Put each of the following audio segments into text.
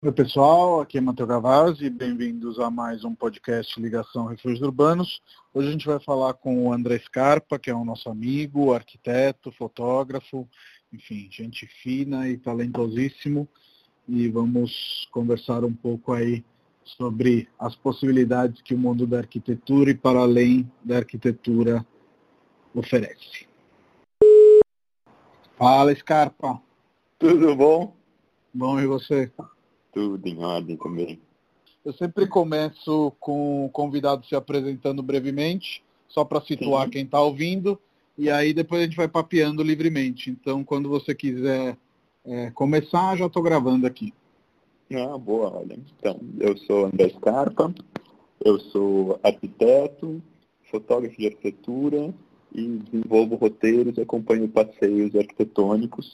Oi pessoal, aqui é Matheus Gavazzi, bem-vindos a mais um podcast Ligação Refúgios Urbanos. Hoje a gente vai falar com o André Scarpa, que é o nosso amigo, arquiteto, fotógrafo, enfim, gente fina e talentosíssimo. E vamos conversar um pouco aí sobre as possibilidades que o mundo da arquitetura e para além da arquitetura oferece. Fala, Scarpa. Tudo bom? Bom, e você? Tudo em ordem também. Eu sempre começo com o convidado se apresentando brevemente, só para situar quem está ouvindo, e aí depois a gente vai papeando livremente. Então, quando você quiser começar, já estou gravando aqui. Boa, olha. Então, eu sou André Scarpa, eu sou arquiteto, fotógrafo de arquitetura e desenvolvo roteiros e acompanho passeios arquitetônicos.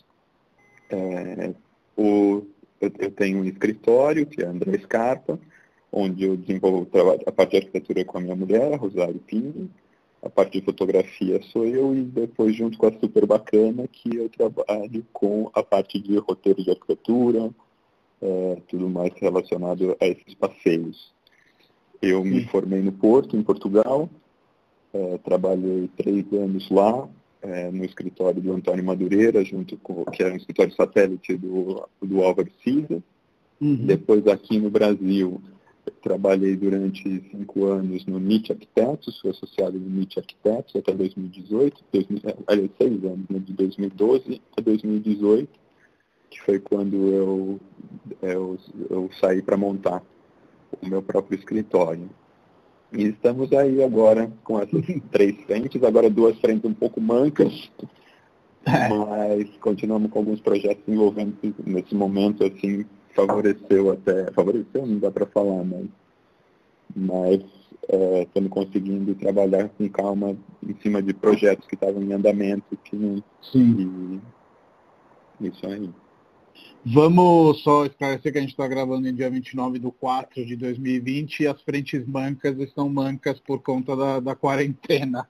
Eu tenho um escritório, que é André Scarpa, onde eu desenvolvo a parte de arquitetura com a minha mulher, a Rosário Pinho. A parte de fotografia sou eu e depois, junto com a Super Bacana, que eu trabalho com a parte de roteiro de arquitetura, tudo mais relacionado a esses passeios. Eu me formei no Porto, em Portugal, trabalhei 3 anos lá, no escritório do Antônio Madureira, que era um escritório satélite do Álvaro Siza. Depois, aqui no Brasil, trabalhei durante 5 anos no NIT Arquitetos, fui associado no NIT Arquitetos até 2018, 6 anos, né, de 2012 a 2018, que foi quando eu saí para montar o meu próprio escritório. E estamos aí agora com essas 3 frentes, agora 2 frentes um pouco mancas, mas continuamos com alguns projetos envolvendo nesse momento, assim, favoreceu, não dá para falar, mas estamos conseguindo trabalhar com calma em cima de projetos que estavam em andamento. E isso aí. Vamos só esclarecer que a gente está gravando em dia 29/4 de 2020 e as frentes mancas estão mancas por conta da quarentena.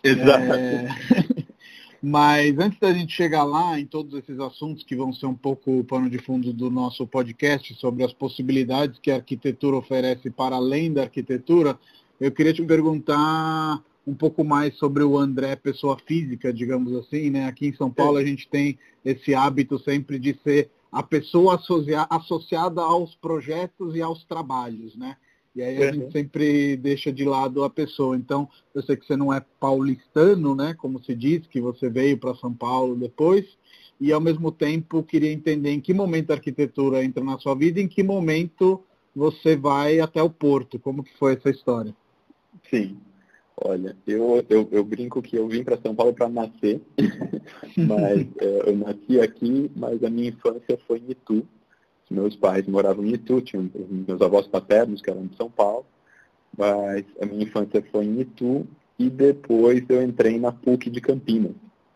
Exato. Mas antes da gente chegar lá, em todos esses assuntos que vão ser um pouco o pano de fundo do nosso podcast, sobre as possibilidades que a arquitetura oferece para além da arquitetura, eu queria te perguntar um pouco mais sobre o André, pessoa física, digamos assim, né? Aqui em São Paulo a gente tem esse hábito sempre de ser a pessoa associada aos projetos e aos trabalhos, né? E aí a gente sempre deixa de lado a pessoa. Então, eu sei que você não é paulistano, né? Como se diz, que você veio para São Paulo depois. E, ao mesmo tempo, queria entender em que momento a arquitetura entra na sua vida e em que momento você vai até o Porto. Como que foi essa história? Sim. Olha, eu brinco que eu vim para São Paulo para nascer, mas eu nasci aqui, mas a minha infância foi em Itu. Meus pais moravam em Itu, tinham meus avós paternos, que eram de São Paulo, mas a minha infância foi em Itu e depois eu entrei na PUC de Campinas.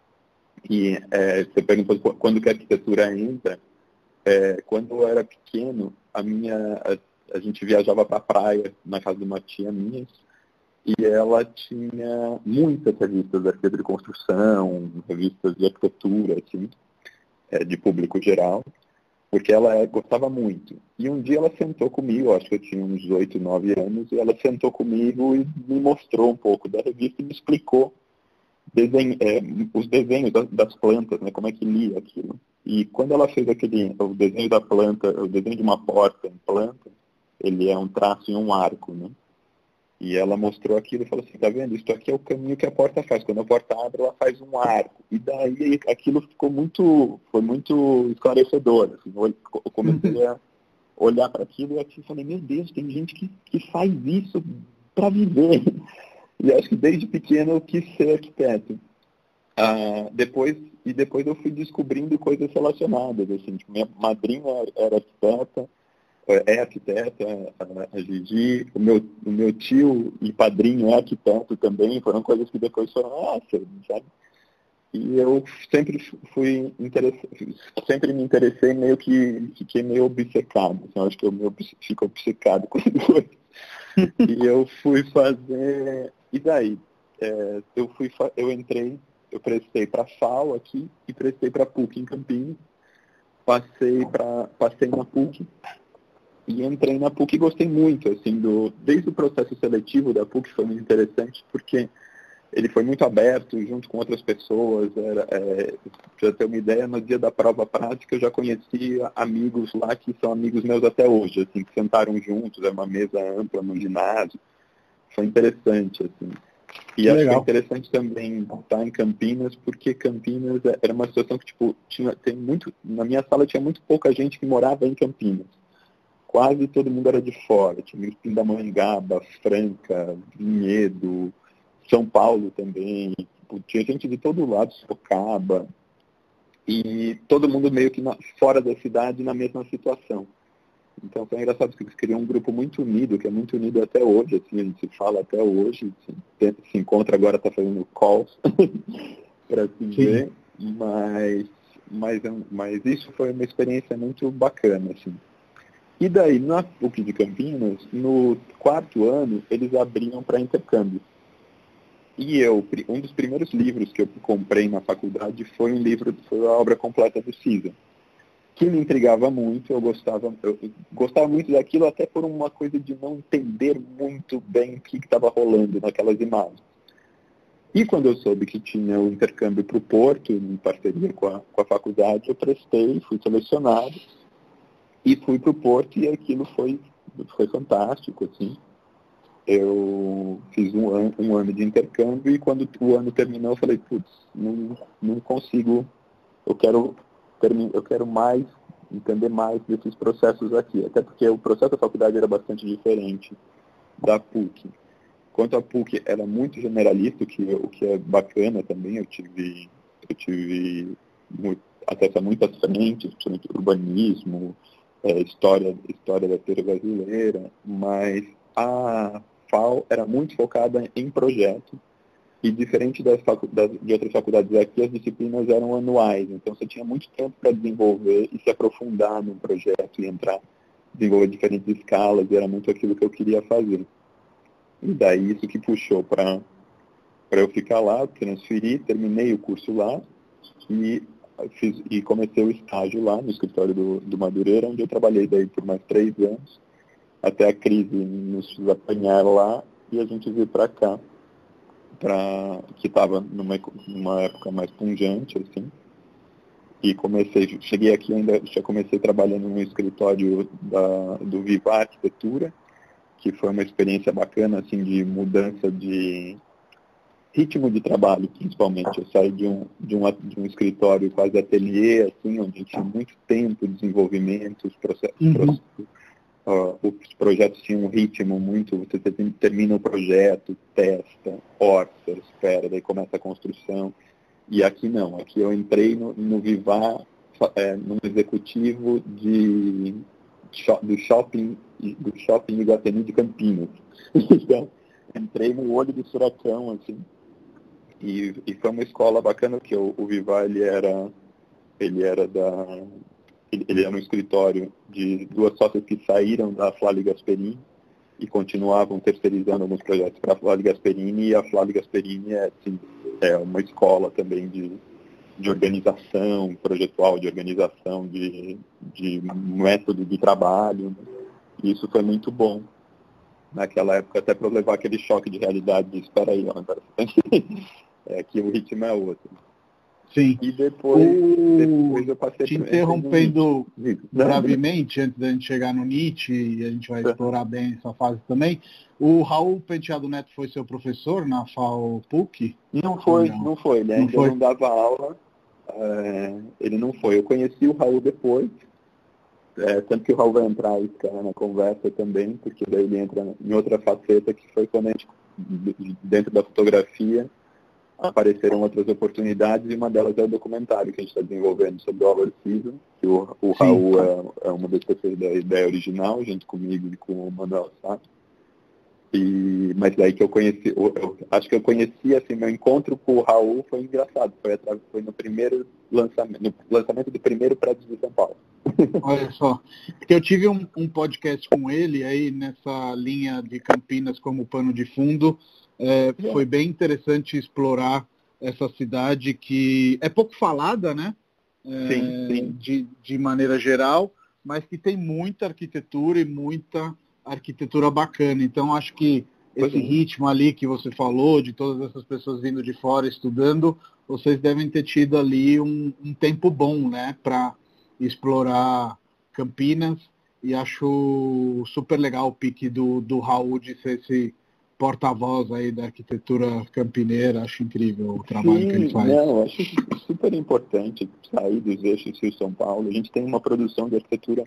E você perguntou quando que a arquitetura entra. Quando eu era pequeno, a gente viajava para a praia na casa de uma tia minha, e ela tinha muitas revistas de arquitetura de construção, revistas de arquitetura, assim, de público geral, porque ela gostava muito. E um dia ela sentou comigo, acho que eu tinha uns 8, 9 anos, e ela sentou comigo e me mostrou um pouco da revista e me explicou os desenhos das plantas, né, como é que lia aquilo. E quando ela fez o desenho da planta, o desenho de uma porta em planta, ele é um traço em um arco, né? E ela mostrou aquilo e falou assim, tá vendo? Isso aqui é o caminho que a porta faz. Quando a porta abre, ela faz um arco. E daí aquilo foi muito esclarecedor. Assim, eu comecei a olhar para aquilo e falei, meu Deus, tem gente que faz isso para viver. E acho que desde pequeno eu quis ser arquiteto. Depois eu fui descobrindo coisas relacionadas. Assim, tipo, minha madrinha era arquiteta, é arquiteta, a Gigi, o meu tio e padrinho é arquiteto também, foram coisas que depois foram, sabe? E eu sempre me interessei, meio que fiquei meio obcecado, assim, eu acho que eu fico obcecado com coisas. E eu fui fazer, e daí? Eu prestei para a FAO aqui e prestei para a PUC em Campinas, passei na PUC. e entrei na PUC e gostei muito, assim, desde o processo seletivo da PUC foi muito interessante, porque ele foi muito aberto, junto com outras pessoas. Para ter uma ideia, no dia da prova prática eu já conheci amigos lá que são amigos meus até hoje, assim, que sentaram juntos, era uma mesa ampla no ginásio. Foi interessante, assim. E acho que é interessante também estar em Campinas, porque Campinas era uma situação que, tipo, na minha sala tinha muito pouca gente que morava em Campinas. Quase todo mundo era de fora. Tinha Pindamonhangaba, Franca, Vinhedo, São Paulo também. Tipo, tinha gente de todo lado, Sorocaba. E todo mundo meio que fora da cidade na mesma situação. Então foi engraçado que eles criam um grupo muito unido, que é muito unido até hoje, assim, a gente se fala até hoje, se encontra agora, está fazendo calls para se ver, mas isso foi uma experiência muito bacana, assim. E daí, na PUC de Campinas, no 4º ano, eles abriam para intercâmbio. E um dos primeiros livros que eu comprei na faculdade foi a obra completa do Cisa, que me intrigava muito. Eu gostava muito daquilo, até por uma coisa de não entender muito bem o que estava rolando naquelas imagens. E quando eu soube que tinha o intercâmbio para o Porto, em parceria com a faculdade, eu prestei, fui selecionado e fui para o Porto, e aquilo foi fantástico, assim. Eu fiz um ano de intercâmbio, e quando o ano terminou eu falei, putz, não consigo, eu quero mais, entender mais desses processos aqui, até porque o processo da faculdade era bastante diferente da PUC. Quanto à PUC, era muito generalista, o que é bacana também. Eu tive acesso a muitas frentes, principalmente urbanismo, história da arquitetura brasileira, mas a FAO era muito focada em projeto, e diferente de outras faculdades aqui, as disciplinas eram anuais, então você tinha muito tempo para desenvolver e se aprofundar num projeto e desenvolver diferentes escalas, e era muito aquilo que eu queria fazer. E daí isso que puxou para eu ficar lá, transferi, terminei o curso lá e comecei o estágio lá no escritório do Madureira, onde eu trabalhei daí por mais 3 anos, até a crise nos apanhar lá, e a gente veio para cá, que estava numa época mais pungente, assim. E cheguei aqui, ainda já comecei trabalhando no escritório do Vivar Arquitetura, que foi uma experiência bacana, assim, de mudança de ritmo de trabalho, principalmente. Eu saí de um escritório quase ateliê, assim, onde tinha muito tempo de desenvolvimento, os projetos tinham um ritmo muito... Você termina o projeto, testa, orça, espera, daí começa a construção. E aqui não. Aqui eu entrei no Vivar, num executivo do shopping Iguatemi de Campinas. Então, entrei no olho do furacão, assim, e foi uma escola bacana, porque o Vivar, ele era um escritório de 2 sócias que saíram da Flávio Gasperini e continuavam terceirizando alguns projetos para a Flávio Gasperini, e a Flávio Gasperini é uma escola também de organização projetual, de organização de método de trabalho, né? E isso foi muito bom naquela época, até para levar aquele choque de realidade de espera aí, que o ritmo é outro. Sim. E depois eu passei... Te interrompendo brevemente, antes da gente chegar no Nietzsche, e a gente vai explorar bem essa fase também, o Raul Penteado Neto foi seu professor na FAO PUC? Não foi, ele ainda não dava aula, ele não foi. Eu conheci o Raul depois, tanto que o Raul vai entrar aí na conversa também, porque daí ele entra em outra faceta, que foi quando a gente, dentro da fotografia, apareceram outras oportunidades, e uma delas é o documentário que a gente está desenvolvendo sobre o Álvaro Siso, que o Raul é uma das pessoas da ideia original, junto comigo e com o Manuel Sá. Mas daí que eu conheci, acho que eu conheci, assim, meu encontro com o Raul foi engraçado, foi no primeiro lançamento do primeiro prédio de São Paulo. Olha só, porque eu tive um podcast com ele aí nessa linha de Campinas como pano de fundo. Foi bem interessante explorar essa cidade que é pouco falada, né? Sim. De maneira geral, mas que tem muita arquitetura e muita arquitetura bacana. Então, acho que esse ritmo ali que você falou, de todas essas pessoas vindo de fora estudando, vocês devem ter tido ali um tempo bom, né, para explorar Campinas, e acho super legal o pique do Raul de ser esse porta-voz aí da arquitetura campineira. Acho incrível o trabalho que ele faz. Não, acho super importante sair dos eixos Rio-São Paulo. A gente tem uma produção de arquitetura,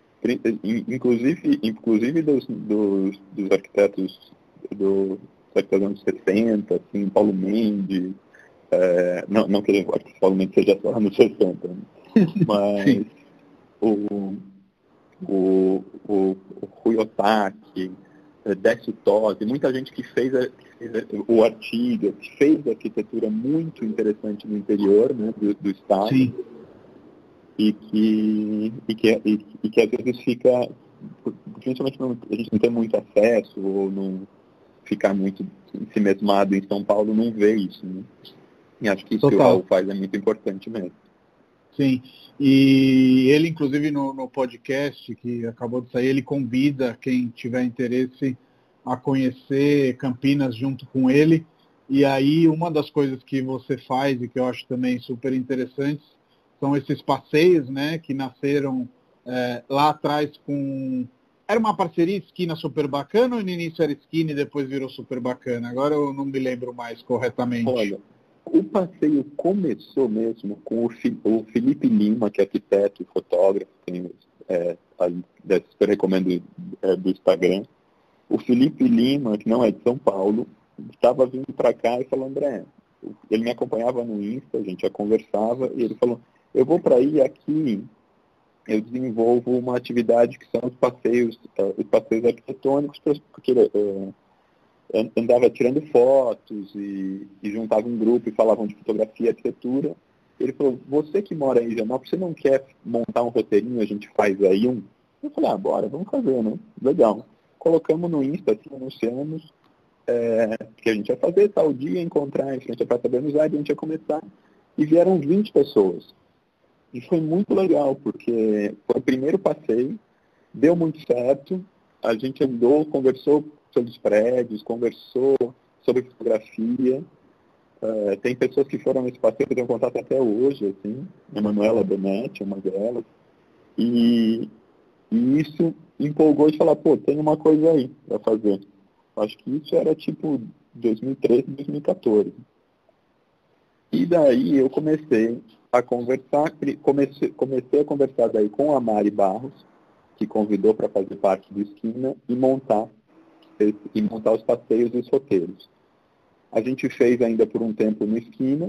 inclusive dos arquitetos dos anos 60, assim, Paulo Mendes, não que o Paulo Mendes seja só anos 60, né? Mas o Rui Otaki, Décio Tosi, muita gente que fez o Artiga, que fez arquitetura muito interessante no interior, né, do estado. Sim. E que às vezes fica, principalmente a gente não tem muito acesso ou não ficar muito ensimesmado em São Paulo, não vê isso, né? E acho que isso que o Raul faz é muito importante mesmo. Sim, e ele, inclusive, no podcast que acabou de sair, ele convida quem tiver interesse a conhecer Campinas junto com ele. E aí, uma das coisas que você faz e que eu acho também super interessantes são esses passeios, né, que nasceram lá atrás com... Era uma parceria Esquina Super Bacana ou no início era Esquina e depois virou Super Bacana? Agora eu não me lembro mais corretamente. Olha, o passeio começou mesmo com o Felipe Lima, que é arquiteto e fotógrafo, super recomendo do Instagram. O Felipe Lima, que não é de São Paulo, estava vindo para cá e falou: André, ele me acompanhava no Insta, a gente já conversava, e ele falou: eu vou para aí, aqui eu desenvolvo uma atividade que são os passeios arquitetônicos, porque andava tirando fotos e juntava um grupo e falavam de fotografia e arquitetura. Ele falou: você que mora em Higienópolis, você não quer montar um roteirinho, a gente faz aí um? Eu falei: bora, vamos fazer, né? Legal. Colocamos no Insta, assim, anunciamos que a gente ia fazer tal dia, encontrar em frente à Praça Buenos Aires, a gente ia começar, e vieram 20 pessoas. E foi muito legal, porque foi o primeiro passeio, deu muito certo, a gente andou, conversou sobre os prédios, conversou sobre fotografia. Tem pessoas que foram nesse passeio que eu tenho contato até hoje, assim, a Manuela Benetti, uma delas. E isso empolgou de falar: pô, tem uma coisa aí para fazer. Acho que isso era tipo 2013, 2014. E daí eu comecei a conversar, comecei a conversar daí com a Mari Barros, que convidou para fazer parte do Esquina, e montar os passeios e os roteiros. A gente fez ainda por um tempo no Esquina,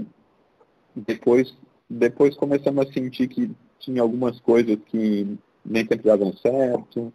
depois começamos a sentir que tinha algumas coisas que nem sempre davam certo,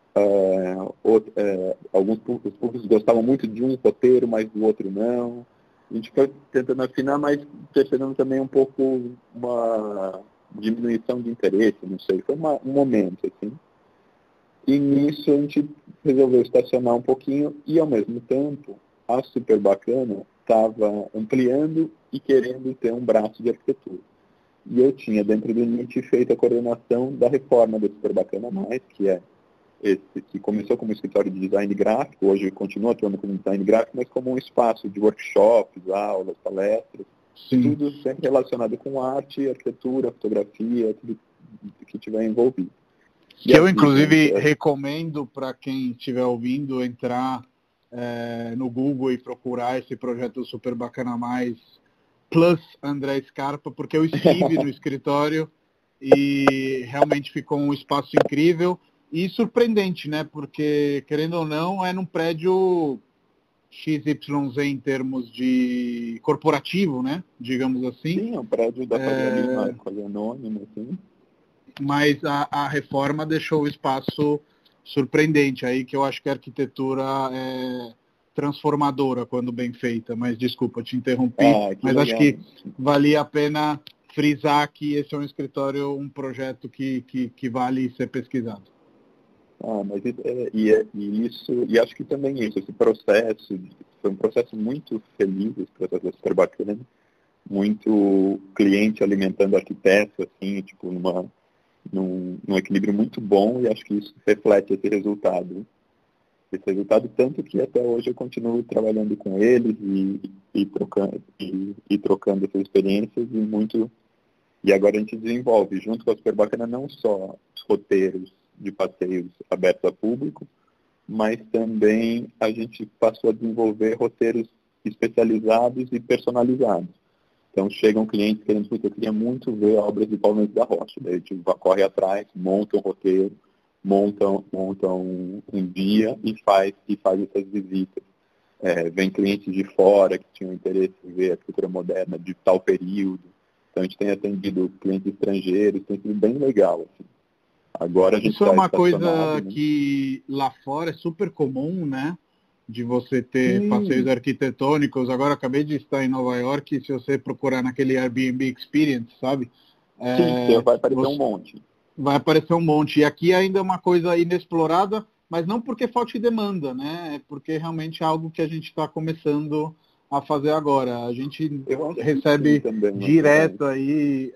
alguns públicos gostavam muito de um roteiro, mas do outro não. A gente foi tentando afinar, mas percebendo também um pouco uma diminuição de interesse, não sei, foi um momento, assim. E nisso a gente resolveu estacionar um pouquinho e, ao mesmo tempo, a Super Bacana estava ampliando e querendo ter um braço de arquitetura. E eu tinha, dentro do NIT, feito a coordenação da reforma da Super Bacana Mais, que é esse, que começou como escritório de design gráfico, hoje continua atuando como design gráfico, mas como um espaço de workshops, aulas, palestras, Sim. Tudo sempre relacionado com arte, arquitetura, fotografia, tudo que tiver envolvido. Que eu, inclusive, recomendo para quem estiver ouvindo entrar no Google e procurar esse projeto Super Bacana Mais plus André Scarpa, porque eu estive no escritório e realmente ficou um espaço incrível e surpreendente, né? Porque, querendo ou não, é num prédio XYZ em termos de corporativo, né? Digamos assim. Sim, é um prédio da Faria Lima, coisa anônima, assim. Mas a reforma deixou o espaço surpreendente, aí que eu acho que a arquitetura é transformadora quando bem feita, mas desculpa, te interrompi, mas legal. Acho que valia a pena frisar que esse é um escritório, um projeto que vale ser pesquisado. Mas e acho que também esse processo, foi um processo muito feliz, esse processo super bacana, muito cliente alimentando arquiteto, assim, tipo, num equilíbrio muito bom, e acho que isso reflete esse resultado. Esse resultado, tanto que até hoje eu continuo trabalhando com eles e trocando essas experiências e agora a gente desenvolve, junto com a Super Bacana, não só roteiros de passeios abertos a público, mas também a gente passou a desenvolver roteiros especializados e personalizados. Então chegam clientes querendo, eu queria muito ver obras de Paulo Mendes da Rocha. Daí a gente corre atrás, monta um roteiro, monta um dia e faz essas visitas. Vem clientes de fora que tinham interesse em ver a arquitetura moderna de tal período. Então a gente tem atendido clientes estrangeiros, tem sido bem legal. Assim. Agora a gente Isso é uma coisa, né, né? que lá fora é super comum, né? De você ter passeios arquitetônicos. Agora acabei de estar em Nova York e se você procurar naquele Airbnb Experience, sabe? Sim, vai aparecer um monte. Vai aparecer um monte. E aqui ainda é uma coisa inexplorada, mas não porque falte demanda, né? É porque realmente é algo que a gente está começando a fazer agora. A gente recebe também, direto aí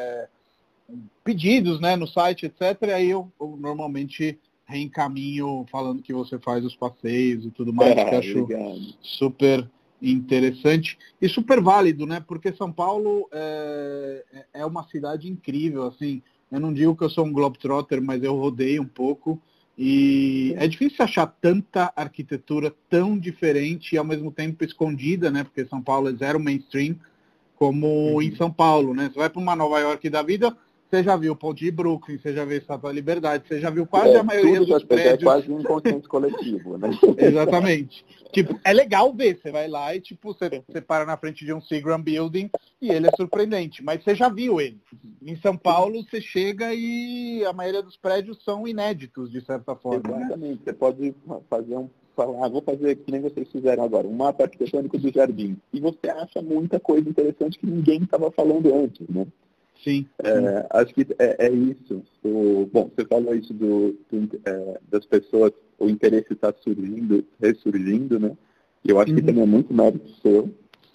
pedidos, né, no site, etc. E aí eu normalmente reencaminho falando que você faz os passeios e tudo mais, que eu acho super interessante e super válido, né? Porque São Paulo é uma cidade incrível, assim. Eu não digo que eu sou um globetrotter, mas eu rodei um pouco e é difícil achar tanta arquitetura tão diferente e ao mesmo tempo escondida, né? Porque São Paulo é zero mainstream, como em São Paulo, né? Você vai para uma Nova York da vida, você já viu o Ponte de Brooklyn, você já viu a Estátua da Liberdade, você já viu quase a maioria dos prédios. É quase um inconsciente coletivo, né? Exatamente. Tipo, é legal ver, você vai lá e tipo, você para na frente de um Seagram Building e ele é surpreendente, mas você já viu ele. Em São Paulo, você chega e a maioria dos prédios são inéditos, de certa forma. Exatamente. Né? Você pode fazer vou fazer que nem vocês fizeram agora, um mapa arquitetônico do jardim. E você acha muita coisa interessante que ninguém estava falando antes, né? Sim. Acho que é isso. Bom, você falou isso das pessoas, o interesse está ressurgindo, né? E eu acho que também é muito mérito seu.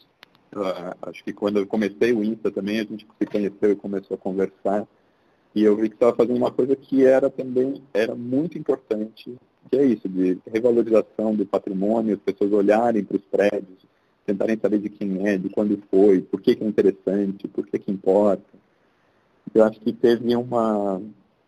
Acho que quando eu comecei o Insta também, a gente se conheceu e começou a conversar. E eu vi que estava fazendo uma coisa que era muito importante, que é isso, de revalorização do patrimônio, as pessoas olharem para os prédios, tentarem saber de quem é, de quando foi, por que é interessante, por que importa. Eu acho que teve uma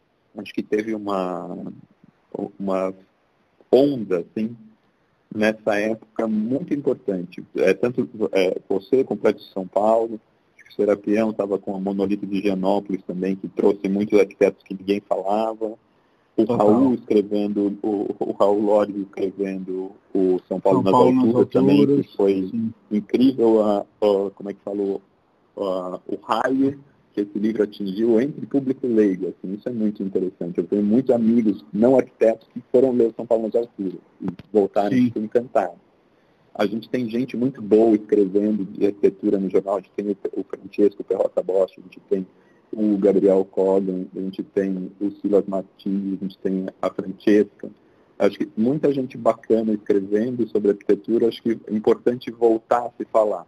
onda, assim, nessa época muito importante. Tanto você com o prédio de São Paulo, acho que o Serapião estava com a monolito de Higienópolis também, que trouxe muitos arquitetos que ninguém falava. O Raul escrevendo, o Raul Lores escrevendo o São Paulo nas alturas também, que foi incrível, como é que falou, o raio que esse livro atingiu entre público leigo. Assim, isso é muito interessante. Eu tenho muitos amigos não arquitetos que foram ler o São Paulo nas alturas e voltaram encantados. A gente tem gente muito boa escrevendo de arquitetura no jornal. A gente tem o Francesco Perrota Bosch, a gente tem o Gabriel Kogan, a gente tem o Silas Martins, a gente tem a Francesca. Acho que muita gente bacana escrevendo sobre arquitetura. Acho que é importante voltar a se falar.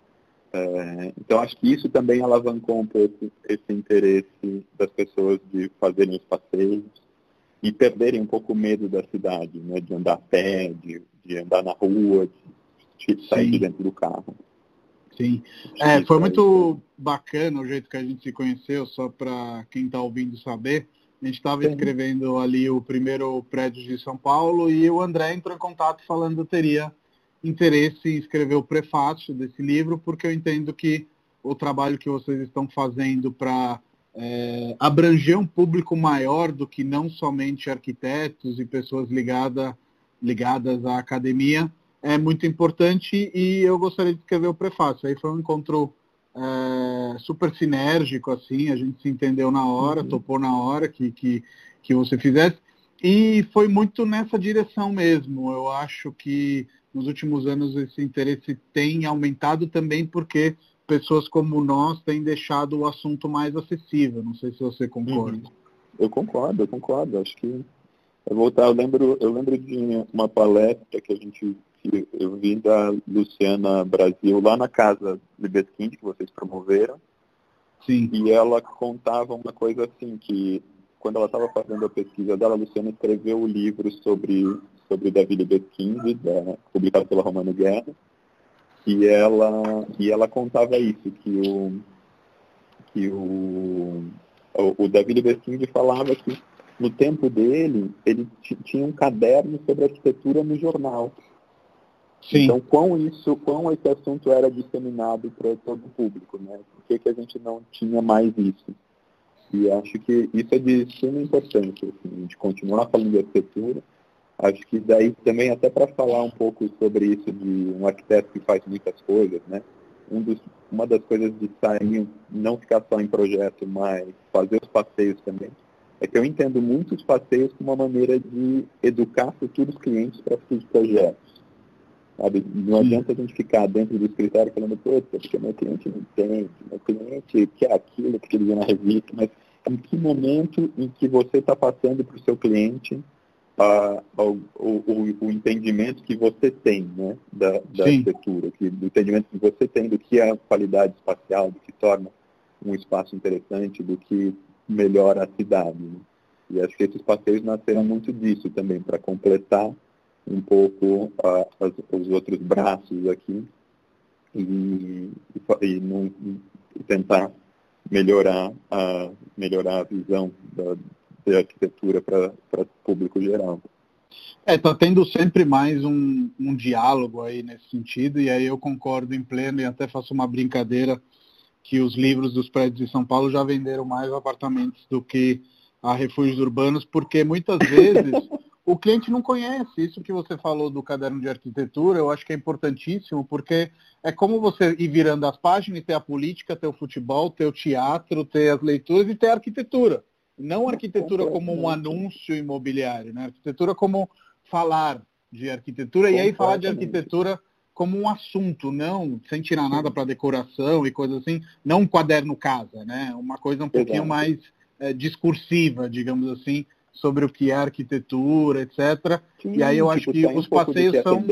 Então, acho que isso também alavancou um pouco esse interesse das pessoas de fazerem os passeios e perderem um pouco o medo da cidade, né? De andar a pé, de andar na rua, de sair de dentro do carro. Sim. Foi muito bacana o jeito que a gente se conheceu, só para quem está ouvindo saber. A gente estava escrevendo ali o primeiro prédio de São Paulo e o André entrou em contato falando que eu teria interesse em escrever o prefácio desse livro, porque eu entendo que o trabalho que vocês estão fazendo para abranger um público maior do que não somente arquitetos e pessoas ligadas à academia é muito importante e eu gostaria de escrever o prefácio. Aí foi um encontro super sinérgico, assim, a gente se entendeu na hora, topou na hora que você fizesse, e foi muito nessa direção mesmo. Eu acho que nos últimos anos esse interesse tem aumentado também porque pessoas como nós têm deixado o assunto mais acessível. Não sei se você concorda. Eu concordo. Acho que eu lembro de uma palestra que eu vi da Luciana Brasil lá na Casa Libeskind, que vocês promoveram. Sim. E ela contava uma coisa assim, que quando ela estava fazendo a pesquisa dela, a Luciana escreveu o livro sobre o Davi Libeskind, publicado pela Romano Guerra, e ela contava isso, que o Davi Libeskind falava que no tempo dele, ele tinha um caderno sobre arquitetura no jornal. Sim. Então, quão esse assunto era disseminado para todo o público, né? Por que a gente não tinha mais isso? E acho que isso é de suma importância, assim, de continuar falando de arquitetura. Acho que daí também, até para falar um pouco sobre isso de um arquiteto que faz muitas coisas, né? Uma das coisas de sair, não ficar só em projeto, mas fazer os passeios também, é que eu entendo muito os passeios como uma maneira de educar futuros clientes para futuros projetos. Sabe? Não adianta a gente ficar dentro do escritório falando, porque meu cliente não entende, meu cliente quer aquilo que ele vê na revista, mas em que momento em que você está passando para o seu cliente o entendimento que você tem, né, da arquitetura, do entendimento que você tem do que é a qualidade espacial, do que torna um espaço interessante, do que melhora a cidade. Né? E acho que esses passeios nasceram muito disso também, para completar um pouco os outros braços aqui e tentar melhorar a visão da arquitetura para o público geral. Está tendo sempre mais um diálogo aí nesse sentido, e aí eu concordo em pleno e até faço uma brincadeira que os livros dos prédios de São Paulo já venderam mais apartamentos do que a refúgios urbanos, porque muitas vezes o cliente não conhece. Isso que você falou do caderno de arquitetura, eu acho que é importantíssimo, porque é como você ir virando as páginas e ter a política, ter o futebol, ter o teatro, ter as leituras e ter a arquitetura. Não a arquitetura como um anúncio imobiliário, né? Arquitetura como falar de arquitetura, e aí falar de arquitetura como um assunto, não sem tirar nada para decoração e coisas assim, não um quaderno casa, né? Uma coisa um pouquinho mais discursiva, digamos assim, sobre o que é arquitetura, etc. Sim, e aí eu acho que os passeios são...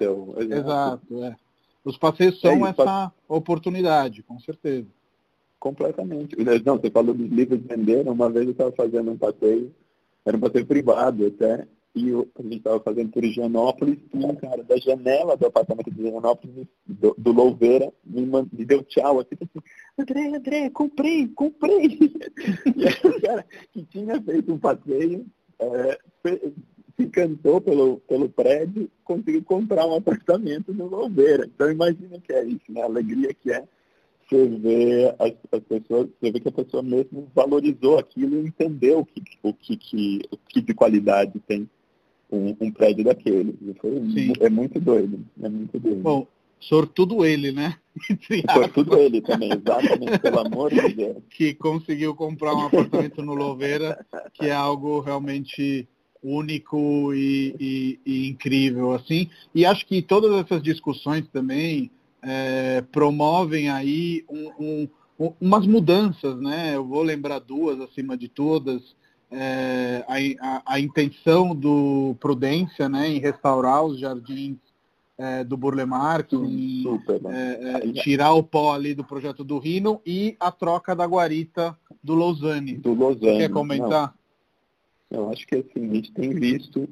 Exato. Os passeios são essa oportunidade, com certeza. Completamente. Não, você falou dos livros venderam. Uma vez eu estava fazendo um passeio, era um passeio privado até, e a gente estava fazendo por Higienópolis, e um cara da janela do apartamento de Higienópolis, do Louveira, me deu tchau, assim, André, comprei. E aí o cara que tinha feito um passeio, se encantou pelo prédio, conseguiu comprar um apartamento no Louveira. Então imagina que é isso, né? A alegria que é você vê as pessoas, você vê que a pessoa mesmo valorizou aquilo e entendeu o que de qualidade tem um prédio daquele. É muito doido. Bom, sortudo ele, né? Sortudo ele também, exatamente, pelo amor de Deus. Que conseguiu comprar um apartamento no Louveira, que é algo realmente único e incrível, assim. E acho que todas essas discussões também promovem aí umas mudanças, né? Eu vou lembrar duas acima de todas. A intenção do Prudência, né, em restaurar os jardins do Burle Marx, tirar o pó ali do projeto do Rhino, e a troca da guarita do Lausanne. Você quer comentar? Eu acho que assim, a gente tem visto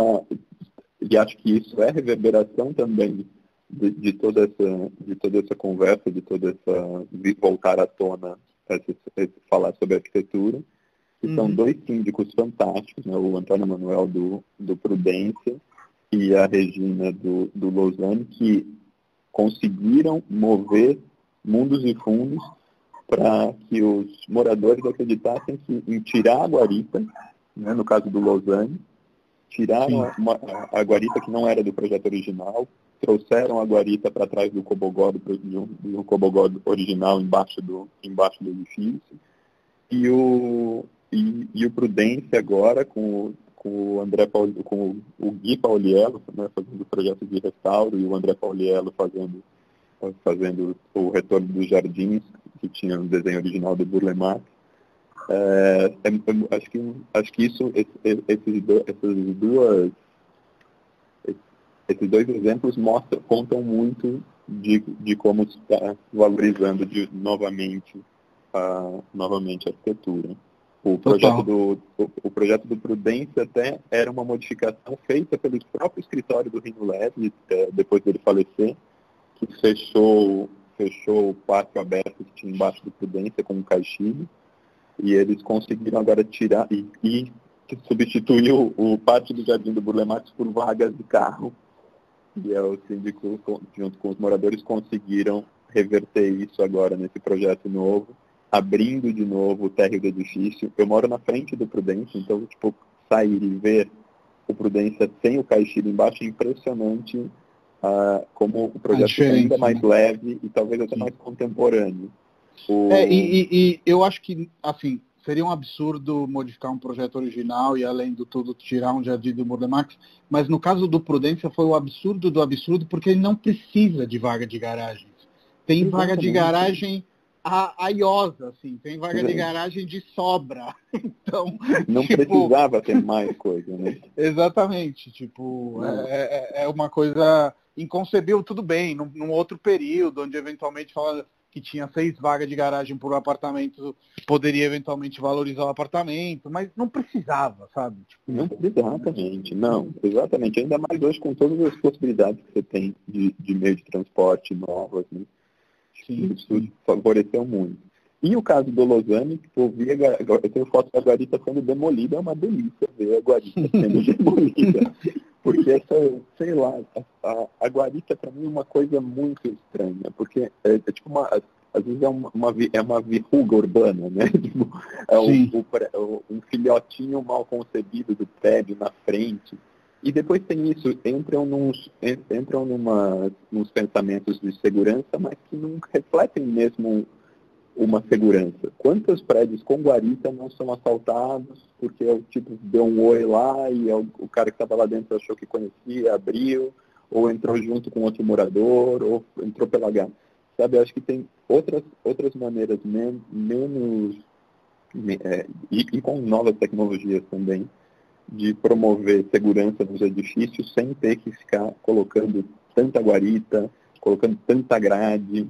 e acho que isso é reverberação também de toda essa conversa, de toda essa voltar à tona, falar sobre arquitetura, que são dois síndicos fantásticos, né? O Antônio Manuel do Prudência e a Regina do Lausanne, que conseguiram mover mundos e fundos para que os moradores acreditassem que em tirar a guarita, né, no caso do Lausanne, tiraram a guarita que não era do projeto original, trouxeram a guarita para trás do cobogó, do cobogó original embaixo do edifício, e o Prudência agora, com o André com o Gui Pauliello, né, fazendo o projeto de restauro, e o André Pauliello fazendo o retorno dos jardins, que tinha o desenho original do Burle Marx. Acho que esses dois exemplos contam muito de como está valorizando novamente a arquitetura. O projeto do Prudência até era uma modificação feita pelo próprio escritório do Rino Leve, depois dele falecer, que fechou o pátio aberto que tinha embaixo do Prudência com um caixilho, e eles conseguiram agora tirar e substituir o pátio do Jardim do Burle Marx por vagas de carro. E o síndico, junto com os moradores, conseguiram reverter isso agora nesse projeto novo, abrindo de novo o térreo do edifício. Eu moro na frente do Prudência, então, tipo, sair e ver o Prudência sem o caixilho embaixo é impressionante, como o projeto é ainda mais leve e talvez até mais contemporâneo. E eu acho que, assim, seria um absurdo modificar um projeto original e, além do tudo, tirar um jardim do Burle Marx, mas no caso do Prudência foi o absurdo do absurdo, porque ele não precisa de vaga de garagens. Tem vaga de garagem aiosa, assim, tem vaga de garagem de sobra. Então, não precisava ter mais coisa, né? Exatamente, tipo, é uma coisa inconcebível, tudo bem, num outro período, onde eventualmente fala que tinha 6 vagas de garagem por apartamento, poderia eventualmente valorizar o apartamento, mas não precisava, sabe? Tipo, Exatamente, ainda mais hoje com todas as possibilidades que você tem de meio de transporte novas, né? Isso favoreceu muito. E o caso do Lausanne, que eu tenho foto da guarita sendo demolida, é uma delícia ver a guarita sendo demolida. Porque sei lá, a guarita para mim é uma coisa muito estranha, porque é tipo às vezes é uma verruga urbana, né? Tipo, um filhotinho mal concebido do prédio na frente. E depois tem isso, entram nos pensamentos de segurança, mas que não refletem mesmo uma segurança. Quantos prédios com guarita não são assaltados porque o tipo deu um oi lá e o cara que estava lá dentro achou que conhecia, abriu, ou entrou junto com outro morador, ou entrou pela gata. Sabe, eu acho que tem outras maneiras menos e com novas tecnologias também, de promover segurança nos edifícios sem ter que ficar colocando tanta guarita, colocando tanta grade.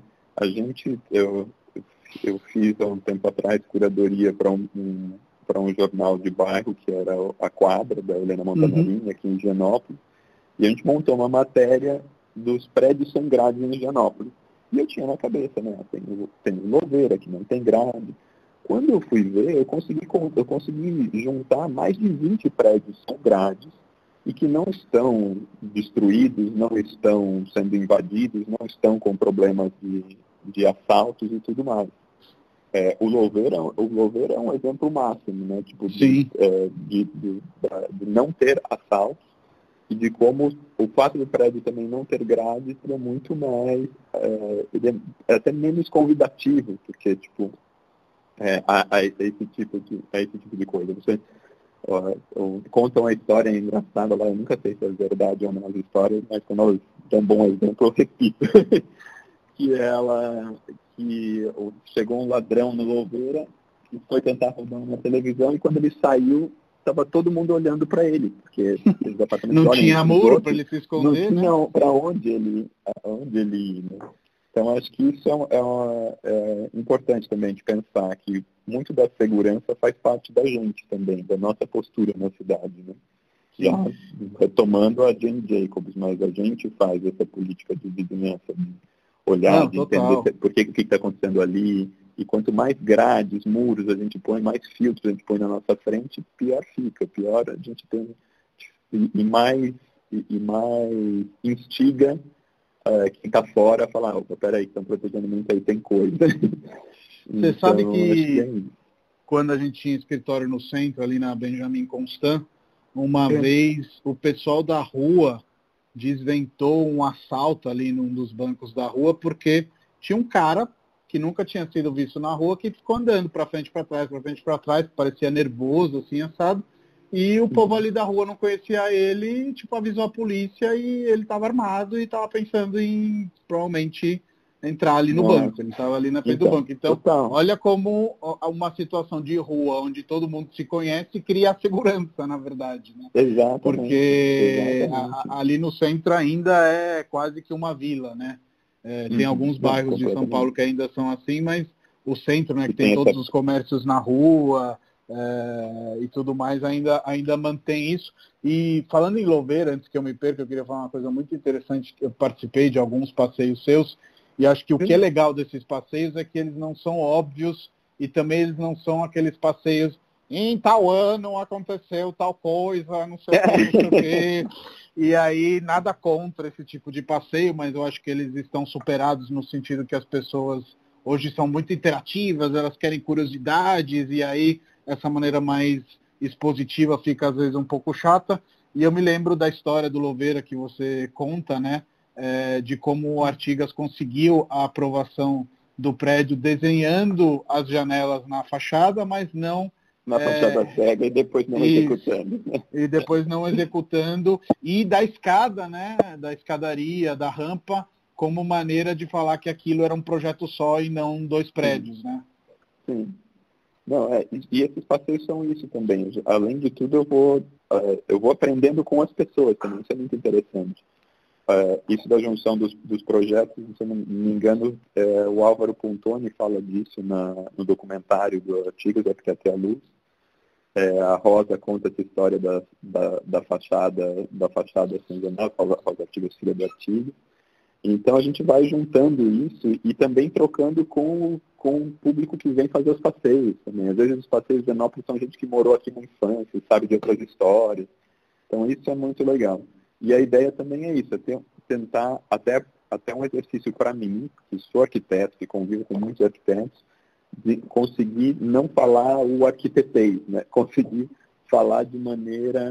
Eu fiz há um tempo atrás curadoria para um jornal de bairro, que era a Quadra, da Helena Montanarini, aqui em Higienópolis, e a gente montou uma matéria dos prédios sem grade em Higienópolis. E eu tinha na cabeça, né, tem Louveira, que não tem grade. Quando eu fui ver, eu consegui juntar mais de 20 prédios com grades e que não estão destruídos, não estão sendo invadidos, não estão com problemas de assaltos e tudo mais. O Louveira é um exemplo máximo, né? Tipo, de não ter assaltos e de como o fato do prédio também não ter grades é muito mais, ele é até menos convidativo, porque, tipo, a esse tipo de coisa. Você contam uma história engraçada lá, eu nunca sei se é verdade ou não as histórias, mas quando elas dão um bom exemplo, eu repito. que chegou um ladrão no Louveira e foi tentar roubar uma televisão, e quando ele saiu, estava todo mundo olhando para ele, porque os apartamentos não tinha muro para ele se esconder, não tinha para onde ele ir, né? Então, acho que isso é importante também de pensar que muito da segurança faz parte da gente também, da nossa postura na cidade, né? Já retomando a Jane Jacobs, mas a gente faz essa política de vizinhança, de olhar, de entender o que está acontecendo ali, e quanto mais grades, muros a gente põe, mais filtros a gente põe na nossa frente, pior fica, pior a gente tem, e mais instiga quem está fora a falar, opa, peraí, estão protegendo muito aí, tem coisa. Você sabe que quando a gente tinha escritório no centro, ali na Benjamin Constant, uma vez o pessoal da rua desventou um assalto ali num dos bancos da rua, porque tinha um cara que nunca tinha sido visto na rua, que ficou andando para frente e para trás, parecia nervoso, assim, assado, e o povo ali da rua não conhecia ele, tipo, avisou a polícia, e ele estava armado e estava pensando em, provavelmente, entrar ali no banco. Ele estava ali na frente do banco. Então, olha como uma situação de rua, onde todo mundo se conhece, cria a segurança, na verdade, né? Exatamente. Porque ali no centro ainda é quase que uma vila, né? Tem alguns bairros de São Paulo que ainda são assim, mas o centro, né, que tem todos os comércios na rua, e tudo mais, ainda mantém isso. E falando em Louveira, antes que eu me perca, eu queria falar uma coisa muito interessante, que eu participei de alguns passeios seus, e acho que o que é legal desses passeios é que eles não são óbvios, e também eles não são aqueles passeios, em tal ano aconteceu tal coisa, não sei o que, não sei o que. E aí, nada contra esse tipo de passeio, mas eu acho que eles estão superados no sentido que as pessoas hoje são muito interativas, elas querem curiosidades, e aí essa maneira mais expositiva fica às vezes um pouco chata. E eu me lembro da história do Louveira que você conta, né, de como o Artigas conseguiu a aprovação do prédio desenhando as janelas na fachada, mas não na fachada cega e depois não executando. E depois não executando, e da escada, né, da escadaria, da rampa, como maneira de falar que aquilo era um projeto só e não 2 prédios, né? Sim. Não, e esses passeios são isso também. Além de tudo, eu vou aprendendo com as pessoas também, isso é muito interessante. Isso da junção dos projetos, se eu não me engano, o Álvaro Pontoni fala disso no documentário do Artigas, Arquiteto e a Luz. A Rosa conta essa história da fachada São Jornal, Rosa Artigas, filha do Artigas. Então a gente vai juntando isso e também trocando com o público que vem fazer os passeios também. Às vezes os passeios de Genópolis são gente que morou aqui na infância, sabe de outras histórias. Então isso é muito legal. E a ideia também é isso, tentar até um exercício para mim, que sou arquiteto, que convivo com muitos arquitetos, de conseguir não falar o arquitetei, né? Conseguir falar de maneira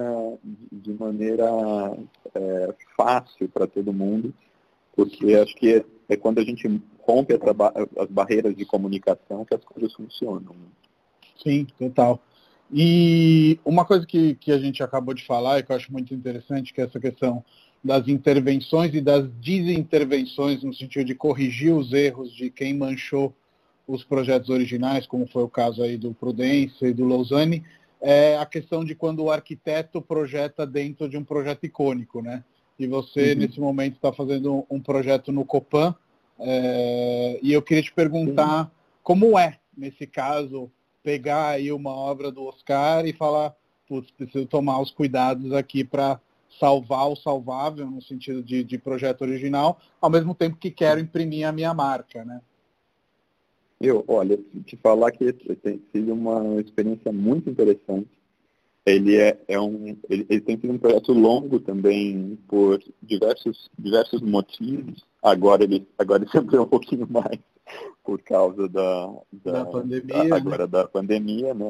fácil para todo mundo, porque acho que é quando a gente rompe as barreiras de comunicação que as coisas funcionam. Sim, total. E uma coisa que a gente acabou de falar e que eu acho muito interessante, que é essa questão das intervenções e das desintervenções, no sentido de corrigir os erros de quem manchou os projetos originais, como foi o caso aí do Prudência e do Lausanne, é a questão de quando o arquiteto projeta dentro de um projeto icônico, né? E você, nesse momento, está fazendo um projeto no Copan, e eu queria te perguntar como é, nesse caso, pegar aí uma obra do Oscar e falar, putz, preciso tomar os cuidados aqui para salvar o salvável, no sentido de projeto original, ao mesmo tempo que quero imprimir a minha marca, né? Olha, te falar que tem sido uma experiência muito interessante. Ele tem sido um projeto longo também por diversos motivos. Agora ele se ampliou um pouquinho mais por causa da pandemia, da pandemia, né?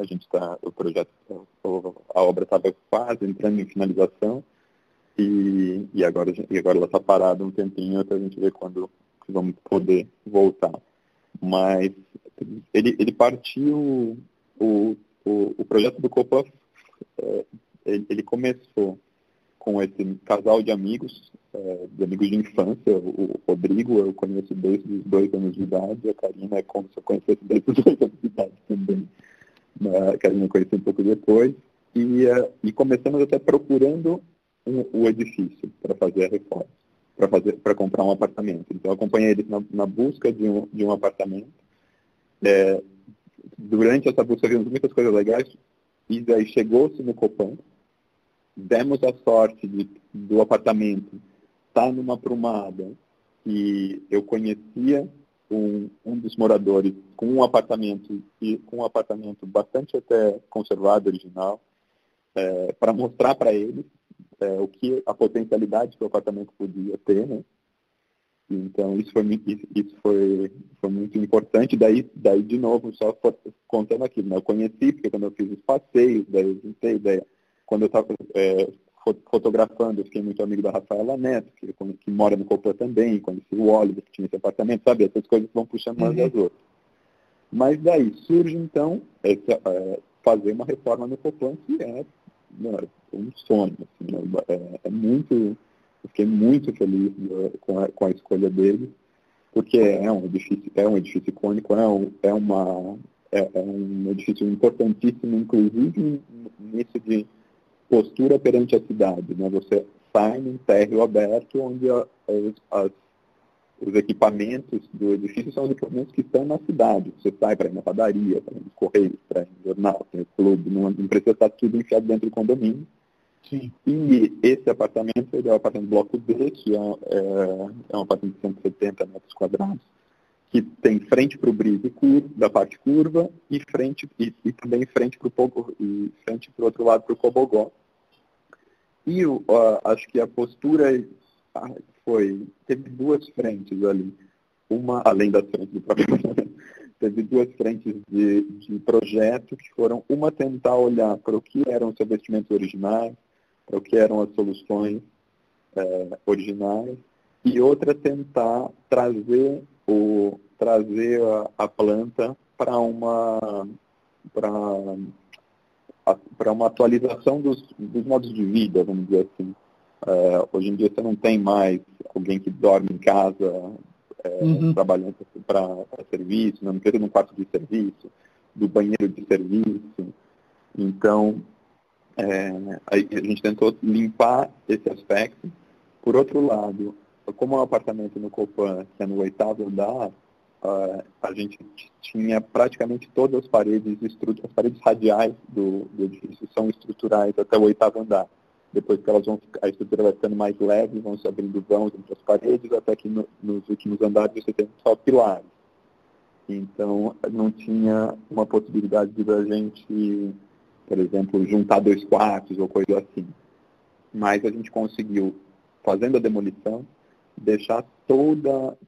A obra estava quase entrando em finalização e agora ela está parada um tempinho até a gente ver quando vamos poder voltar. Mas ele partiu, o projeto do Copan, ele começou com esse casal de amigos de infância. O Rodrigo eu conheço desde os 2 anos de idade, e a Karina é como se eu conhecesse desde os 2 anos de idade também. A Karina eu conheci um pouco depois, e começamos até procurando o edifício para fazer a reforma, para comprar um apartamento. Então eu acompanhei eles na busca de um apartamento. Durante essa busca vimos muitas coisas legais, e daí chegou-se no Copan, demos a sorte do apartamento estar numa prumada, e eu conhecia um dos moradores com um apartamento bastante até conservado, original, para mostrar para ele a potencialidade que o apartamento podia ter, né? Então, isso foi muito importante. Daí, de novo, só contando aquilo, né? Eu conheci, porque quando eu fiz os passeios, daí eu juntei, quando eu estava fotografando, eu fiquei muito amigo da Rafaela Neto, que mora no Copan também, conheci o Oliver, que tinha esse apartamento, sabe? Essas coisas vão puxando umas das outras. Mas daí surge, então, fazer uma reforma no Copan, que é um sonho. Assim, né? Eu fiquei muito feliz com a escolha dele, porque é um edifício icônico, é um edifício importantíssimo, inclusive nisso de postura perante a cidade, né? Você sai num térreo aberto onde os equipamentos do edifício são os equipamentos que estão na cidade. Você sai para ir na padaria, para ir nos correios, para ir no jornal, para ir no clube, não precisa estar tudo enfiado dentro do condomínio. Sim. E esse apartamento, ele é o apartamento bloco B, que é um apartamento de 170 metros quadrados, que tem frente para o brise da parte curva e também frente para o outro lado para o Cobogó. E acho que a postura teve duas frentes ali. Uma, além das frentes do próprio apartamento, teve duas frentes de projeto que foram, uma tentar olhar para o que eram os revestimentos originais, para o que eram as soluções originais, e outra tentar trazer a planta para uma atualização dos modos de vida, vamos dizer assim. Hoje em dia você não tem mais alguém que dorme em casa trabalhando para serviço, não precisa de um quarto de serviço, do banheiro de serviço. Então, a gente tentou limpar esse aspecto. Por outro lado, como é um apartamento no Copan, que é no 8º andar, a gente tinha praticamente todas as paredes radiais do edifício são estruturais até o 8º andar. Depois que a estrutura vai ficando mais leve, vão se abrindo vãos entre as paredes, até que nos últimos andares você tem só pilares. Então, não tinha uma possibilidade de a gente, por exemplo, juntar 2 quartos ou coisa assim. Mas a gente conseguiu, fazendo a demolição, deixar todo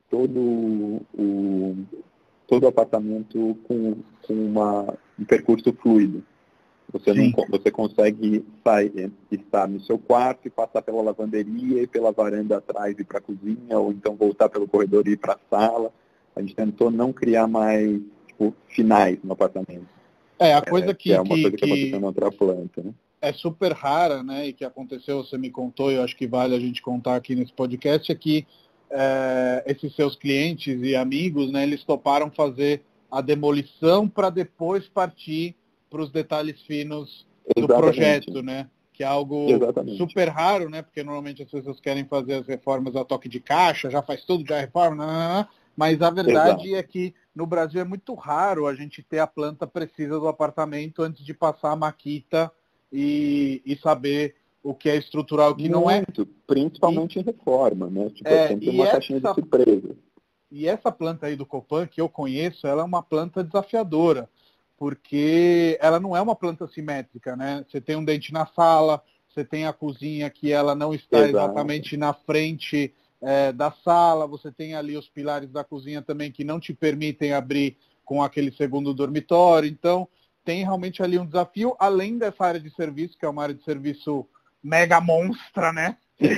o apartamento com um percurso fluido. Você consegue estar no seu quarto e passar pela lavanderia e pela varanda atrás e ir para a cozinha, ou então voltar pelo corredor e ir para a sala. A gente tentou não criar mais finais no apartamento. A coisa que é uma coisa que aconteceu na outra planta, né? É super rara, né, e que aconteceu, você me contou, e eu acho que vale a gente contar aqui nesse podcast, é que esses seus clientes e amigos, né, eles toparam fazer a demolição para depois partir para os detalhes finos do projeto, né? Que é algo super raro, né? Porque normalmente as pessoas querem fazer as reformas a toque de caixa, já faz tudo, já reforma, mas a verdade é que no Brasil é muito raro a gente ter a planta precisa do apartamento antes de passar a maquita e saber o que é estrutural e o que não é. Principalmente em reforma, né? Sempre uma caixinha de surpresa. E essa planta aí do Copan, que eu conheço, ela é uma planta desafiadora, porque ela não é uma planta simétrica, né? Você tem um dente na sala, você tem a cozinha que ela não está exatamente na frente da sala, você tem ali os pilares da cozinha também que não te permitem abrir com aquele segundo dormitório. Então, tem realmente ali um desafio, além dessa área de serviço, que é uma área de serviço mega monstra, né?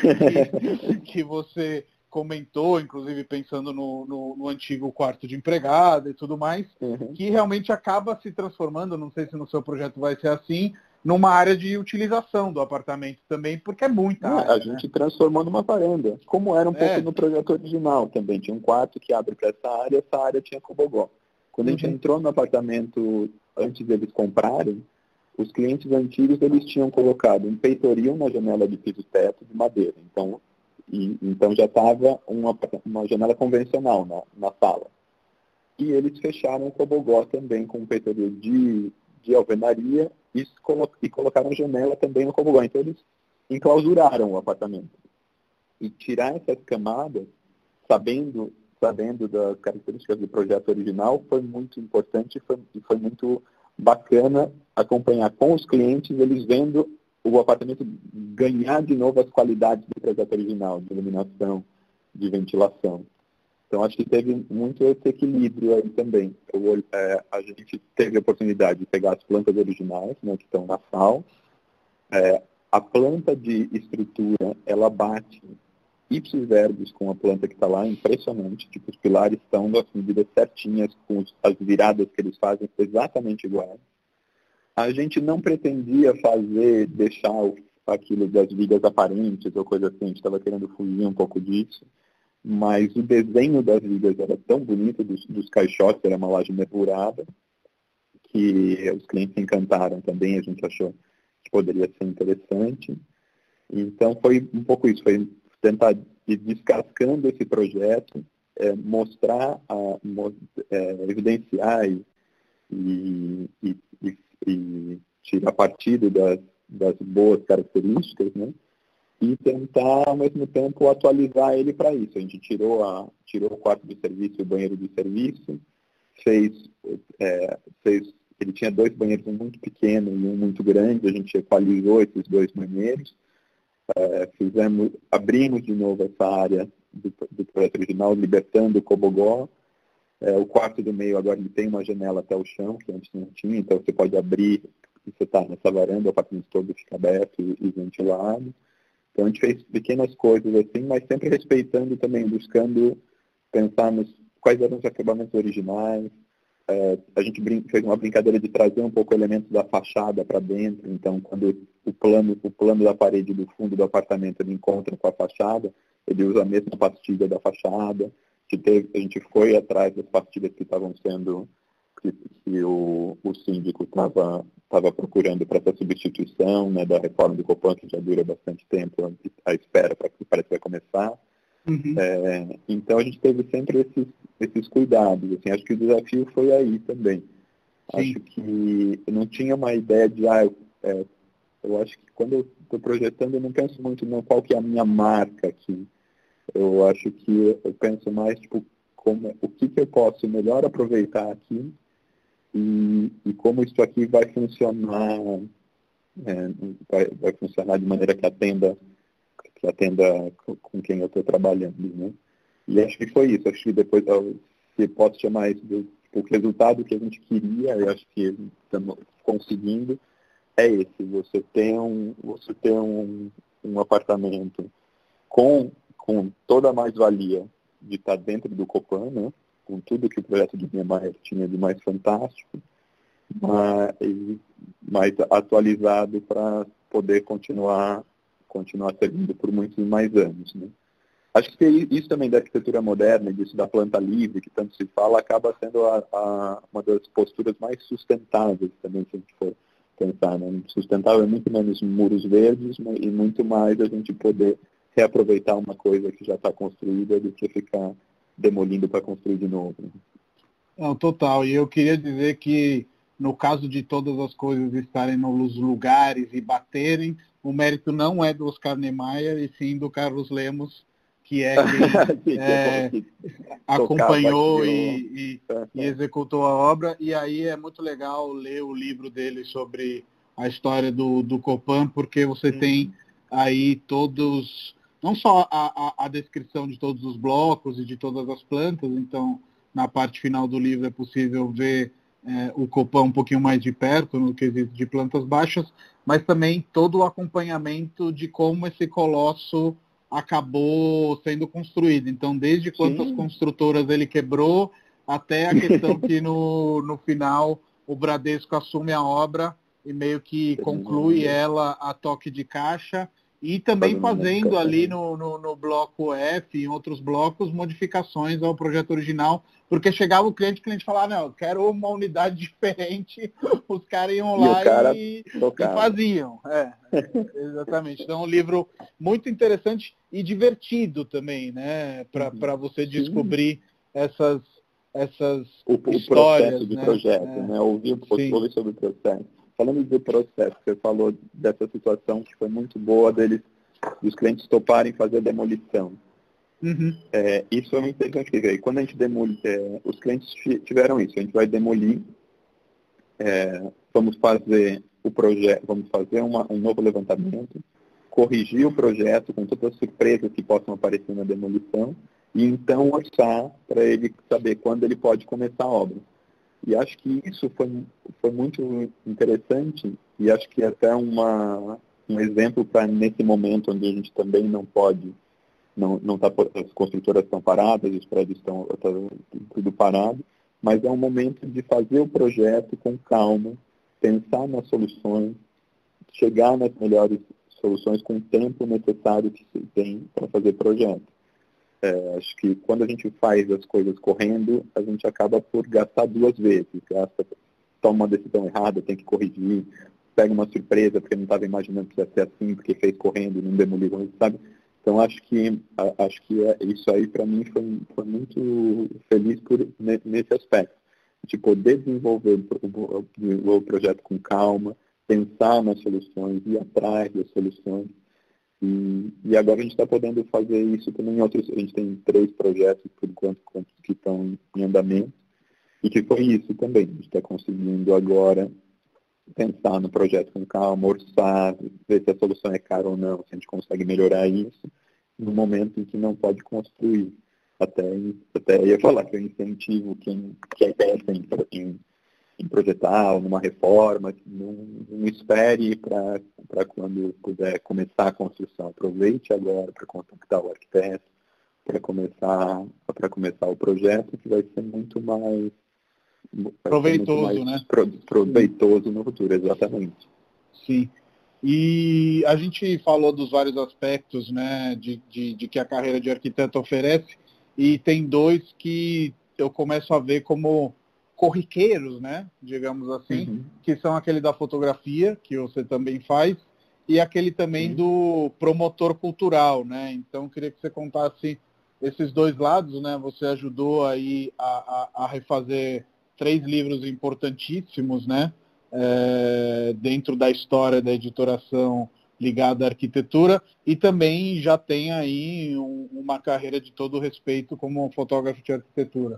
que você comentou, inclusive pensando no antigo quarto de empregada e tudo mais, que realmente acaba se transformando, não sei se no seu projeto vai ser assim, numa área de utilização do apartamento também, porque é muita área. A gente transformou numa varanda, como era um pouco no projeto original também. Tinha um quarto que abre para essa área tinha Cobogó. Quando a gente entrou no apartamento, antes deles comprarem, os clientes antigos eles tinham colocado um peitoril na janela de piso-teto de madeira. Então já estava uma janela convencional na sala. E eles fecharam o Cobogó também com um peitoril de alvenaria e colocaram janela também no Cobogó. Então eles enclausuraram o apartamento. E tirar essas camadas, sabendo das características do projeto original, foi muito importante e foi muito bacana acompanhar com os clientes, eles vendo o apartamento ganhar de novo as qualidades do projeto original, de iluminação, de ventilação. Então, acho que teve muito esse equilíbrio aí também. A gente teve a oportunidade de pegar as plantas originais, né, que estão na FAO. A planta de estrutura, ela bate ipsis verbis com a planta que está lá, impressionante. Tipo, os pilares estão nas medidas certinhas, com as viradas que eles fazem exatamente iguais. A gente não pretendia deixar aquilo das vigas aparentes ou coisa assim, a gente estava querendo fugir um pouco disso, mas o desenho das vigas era tão bonito, dos caixotes, era uma laje mergulhada, que os clientes se encantaram também, a gente achou que poderia ser interessante. Então foi um pouco isso, foi tentar ir descascando esse projeto mostrar, evidenciar e tirar partido das boas características, né? E tentar, ao mesmo tempo, atualizar ele para isso. A gente tirou o quarto de serviço e o banheiro de serviço, ele tinha 2 banheiros, um muito pequeno e um muito grande, a gente equalizou esses 2 banheiros, abrimos de novo essa área do projeto original, libertando o Cobogó. O quarto do meio agora ele tem uma janela até o chão, que antes não tinha, então você pode abrir, você está nessa varanda, o apartamento todo fica aberto e ventilado. Então a gente fez pequenas coisas assim, mas sempre respeitando também, buscando pensar quais eram os acabamentos originais. A gente fez uma brincadeira de trazer um pouco elementos da fachada para dentro, então quando o plano da parede do fundo do apartamento ele encontra com a fachada, ele usa a mesma pastilha da fachada. A gente foi atrás das pastilhas que estavam sendo, que o síndico estava procurando para essa substituição, né, da reforma do Copan, que já dura bastante tempo à espera para que parece que vai começar. Uhum. Então a gente teve sempre esses cuidados. Assim, acho que o desafio foi aí também. Sim. Acho que eu não tinha uma ideia de, eu acho que quando eu estou projetando, eu não penso muito não qual que é a minha marca aqui. Eu acho que eu penso mais, tipo, o que eu posso melhor aproveitar aqui e como isso aqui vai funcionar, vai funcionar de maneira que atenda com quem eu estou trabalhando, né? E acho que foi isso. Acho que depois, se posso chamar isso o resultado que a gente queria, eu acho que estamos conseguindo, é esse. Você tem um apartamento com toda a mais-valia de estar dentro do Copan, né? Com tudo que o projeto de Niemeyer tinha de mais fantástico, mas atualizado para poder continuar servindo por muitos mais anos, né? Acho que isso também da arquitetura moderna, disso da planta livre, que tanto se fala, acaba sendo uma das posturas mais sustentáveis também, se a gente for pensar, né? Sustentável é muito menos muros verdes e muito mais a gente poder reaproveitar uma coisa que já está construída do que ficar demolindo para construir de novo, né? Não, total. E eu queria dizer que, no caso de todas as coisas estarem nos lugares e baterem, o mérito não é do Oscar Niemeyer, e sim do Carlos Lemos, que é quem acompanhou e executou a obra. E aí é muito legal ler o livro dele sobre a história do Copan, porque você tem aí todos, não só a descrição de todos os blocos e de todas as plantas, então na parte final do livro é possível ver o Copan um pouquinho mais de perto, no quesito de plantas baixas, mas também todo o acompanhamento de como esse colosso acabou sendo construído. Então, desde quantas construtoras ele quebrou, até a questão que no final o Bradesco assume a obra e meio que conclui ela a toque de caixa, e também fazendo ali no bloco F e em outros blocos modificações ao projeto original, porque chegava o cliente falava, não, eu quero uma unidade diferente, os caras iam lá e faziam. Exatamente. Então, é um livro muito interessante e divertido também, né, para você descobrir essas histórias. O processo de né? projeto, né? Ouvir sobre o processo. Falando do processo, você falou dessa situação que foi muito boa dos clientes toparem fazer a demolição. Isso é muito interessante. Quando a gente demole, os clientes tiveram isso. A gente vai demolir, vamos fazer o projeto, vamos fazer um novo levantamento, corrigir o projeto com todas as surpresas que possam aparecer na demolição e então orçar para ele saber quando ele pode começar a obra. E acho que isso foi muito interessante e acho que até um exemplo para nesse momento onde a gente também não pode, as construtoras estão paradas, os prédios estão tudo parado, mas é um momento de fazer o projeto com calma, pensar nas soluções, chegar nas melhores soluções com o tempo necessário que se tem para fazer projeto. Acho que quando a gente faz as coisas correndo, a gente acaba por gastar 2 vezes. Toma uma decisão errada, tem que corrigir, pega uma surpresa porque não estava imaginando que ia ser assim, porque fez correndo e não demoliu, sabe? Então, acho que isso aí, para mim, foi muito feliz nesse aspecto, de poder desenvolver o projeto com calma, pensar nas soluções, ir atrás das soluções. E agora a gente está podendo fazer isso também em outros. A gente tem 3 projetos, por enquanto, que estão em andamento, e que foi isso também. A gente está conseguindo agora pensar no projeto com calma, orçar, ver se a solução é cara ou não, se a gente consegue melhorar isso, no momento em que não pode construir. Até ia falar que eu incentivo quem pensa em projetar ou numa reforma, não espere para quando puder começar a construção. Aproveite agora para contactar o arquiteto, para começar o projeto, que vai ser muito mais proveitoso, né? Proveitoso no futuro, exatamente. Sim. E a gente falou dos vários aspectos, né, de que a carreira de arquiteto oferece, e tem 2 que eu começo a ver como corriqueiros, né, digamos assim, que são aquele da fotografia, que você também faz, e aquele também do promotor cultural, né? Então, eu queria que você contasse esses 2 lados, né? Você ajudou aí a refazer 3 livros importantíssimos, né? Dentro da história da editoração ligada à arquitetura, e também já tem aí uma carreira de todo respeito como fotógrafo de arquitetura.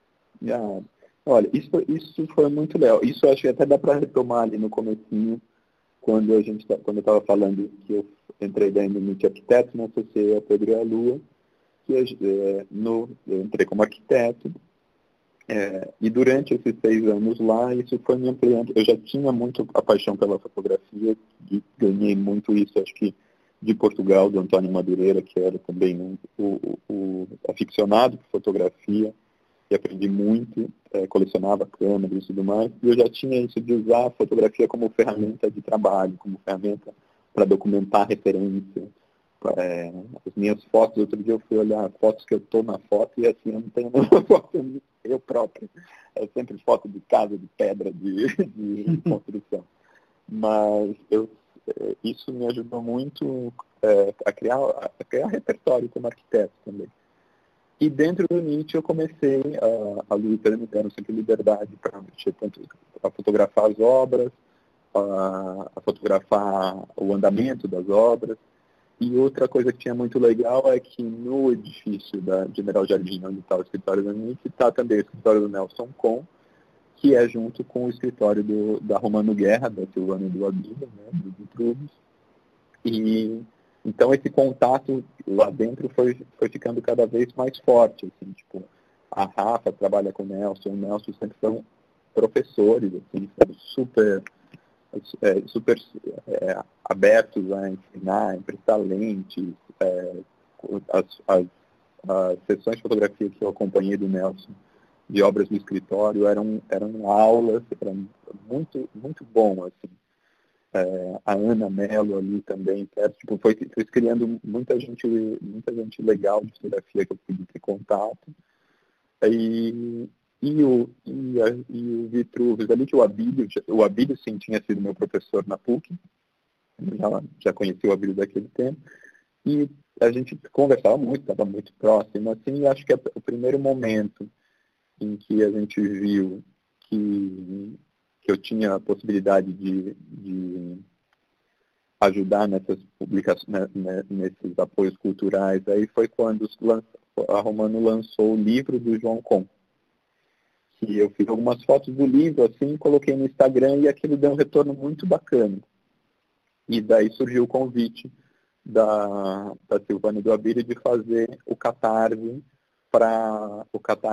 Olha, isso foi muito legal. Isso acho que até dá para retomar ali no comecinho, quando eu estava falando que eu entrei dentro do Meet Arquiteto, me associei a Pedro e a Lua, que eu entrei como arquiteto. E durante esses 6 anos lá, isso foi me ampliando. Eu já tinha muito a paixão pela fotografia, e ganhei muito isso, acho que, de Portugal, do Antônio Madureira, que era também o aficionado por fotografia, e aprendi muito, colecionava câmeras e tudo mais, e eu já tinha isso de usar a fotografia como ferramenta de trabalho, como ferramenta para documentar referência. As minhas fotos, outro dia eu fui olhar fotos que eu estou na foto, e assim, eu não tenho nenhuma foto eu próprio. É sempre foto de casa, de pedra, de construção. Mas isso me ajudou muito a criar repertório como arquiteto também. E dentro do Nietzsche eu comecei a lutar, me deram sempre liberdade para fotografar as obras, a fotografar o andamento das obras. E outra coisa que tinha muito legal é que no edifício da General Jardim, onde está o escritório do Nietzsche, está também o escritório do Nelson Con, que é junto com o escritório da Romano Guerra, da Silvana e do Abílio, né, do Vitruvos. E então esse contato lá dentro foi ficando cada vez mais forte. Assim, tipo, a Rafa trabalha com o Nelson sempre são professores, assim, super abertos a ensinar, a emprestar lentes. As sessões de fotografia que eu acompanhei do Nelson, de obras do escritório, eram aulas, eram muito, muito bom, assim. A Ana Mello ali também, tipo, foi criando muita gente legal de fotografia que eu pude ter contato. E o Vitruvos, ali que o Abílio sim tinha sido meu professor na PUC, já conheci o Abílio daquele tempo, e a gente conversava muito, estava muito próximo, assim, e acho que é o primeiro momento em que a gente viu que eu tinha a possibilidade de ajudar nessas publicações, nesses apoios culturais, aí foi quando a Romano lançou o livro do João Com. Que eu fiz algumas fotos do livro, assim, coloquei no Instagram, e aquilo deu um retorno muito bacana. E daí surgiu o convite da Silvana e do Abílio de fazer o Catarse para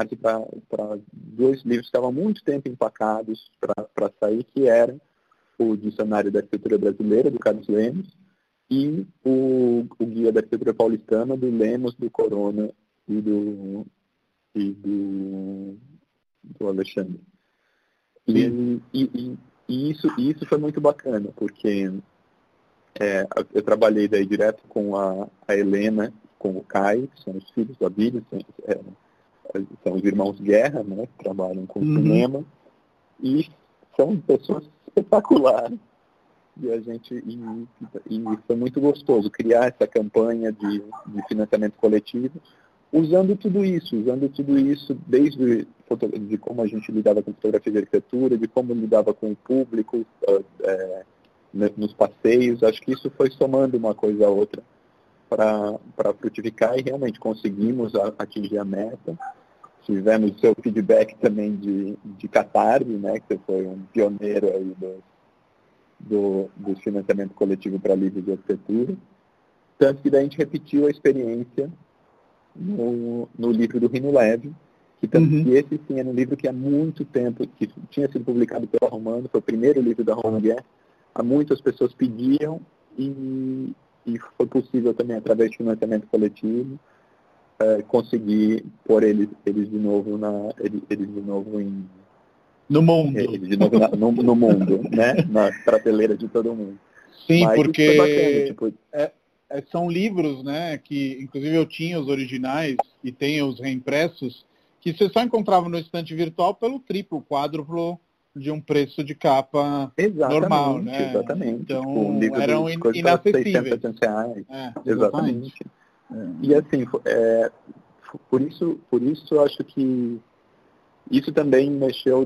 2 livros que estavam há muito tempo empacados para sair, que eram o Dicionário da Arquitetura Brasileira, do Carlos Lemos, e o Guia da Arquitetura Paulistana, do Lemos, do Corona e do Alexandre. E isso foi muito bacana, porque eu trabalhei daí direto com a Helena, com o Caio, que são os filhos do Abílio, são os irmãos Guerra, né, que trabalham com cinema, e são pessoas espetaculares. e foi muito gostoso criar essa campanha de financiamento coletivo, usando tudo isso, desde de como a gente lidava com fotografia de arquitetura, de como lidava com o público, nos passeios. Acho que isso foi somando uma coisa a outra para frutificar e realmente conseguimos atingir a meta. Tivemos seu feedback também de Catarse, né, que você foi um pioneiro aí do financiamento coletivo para livros de arquitetura. Tanto que daí a gente repetiu a experiência no livro do Rino Leve, que esse sim era um livro que há muito tempo, que tinha sido publicado pela Romano, foi o primeiro livro da Romano Guerra. Há muitas pessoas pediam e foi possível também, através de financiamento coletivo, conseguir pôr eles de novo em... No mundo. Eles de novo no mundo, né? Na prateleira de todo mundo. Sim, mas porque isso é bacana, são livros, né, que inclusive eu tinha os originais e tenho os reimpressos, que você só encontrava no estante virtual pelo triplo, quádruplo de um preço de capa normal, né? Exatamente. Então, um livro eram inacessíveis. 600, 700 reais. Exatamente. E assim, por isso eu acho que isso também mexeu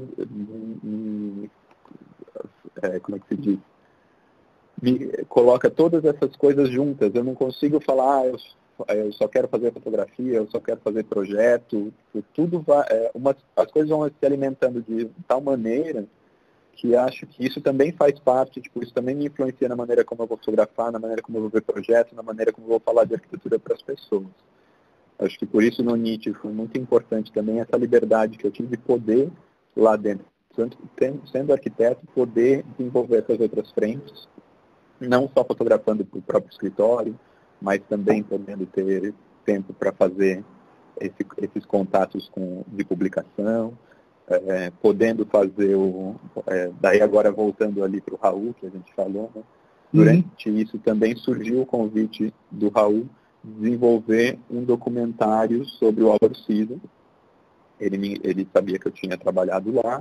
como é que se diz? Me coloca todas essas coisas juntas. Eu não consigo falar, eu só quero fazer fotografia, eu só quero fazer projeto. Tudo vai, as coisas vão se alimentando de tal maneira que acho que isso também faz parte, isso também me influencia na maneira como eu vou fotografar, na maneira como eu vou ver projeto, na maneira como eu vou falar de arquitetura para as pessoas. Acho que por isso no NIT foi muito importante também essa liberdade que eu tive de poder lá dentro, sendo arquiteto, poder desenvolver essas outras frentes, não só fotografando para o próprio escritório, mas também podendo ter tempo para fazer esses contatos de publicação, podendo fazer daí agora voltando ali para o Raul, que a gente falou, né? Durante isso também surgiu o convite do Raul desenvolver um documentário sobre o Álvaro Siza. Ele sabia que eu tinha trabalhado lá,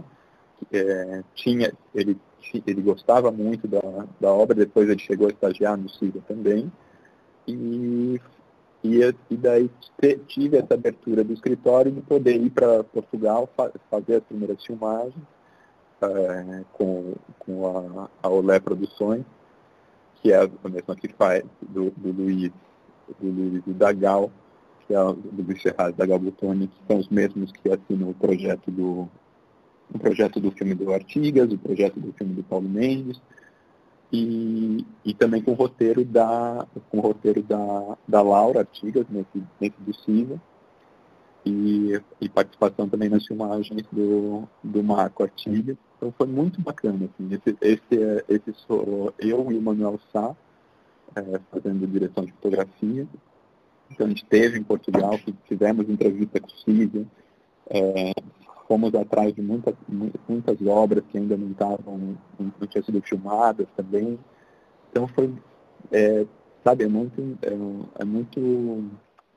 ele gostava muito da obra, depois ele chegou a estagiar no Siza também, e daí tive essa abertura do escritório de poder ir para Portugal, fazer as primeiras filmagens com a Olé Produções, que é a mesma que faz do Luiz e da Gal, que é do Luiz Ferraz, da Gal Butoni, que são os mesmos que assinam o projeto do filme do Artigas, o projeto do filme do Paulo Mendes, e também com o roteiro da Laura Artigas, nesse do Siva, e participação também nas filmagens do Marco Artigas. Então foi muito bacana. Assim. Esse sou eu e o Manuel Sá, fazendo direção de fotografia. Então a gente esteve em Portugal, fizemos entrevista com o Siva, fomos atrás de muitas obras que ainda não tinham sido filmadas também. Então foi, sabe, é muito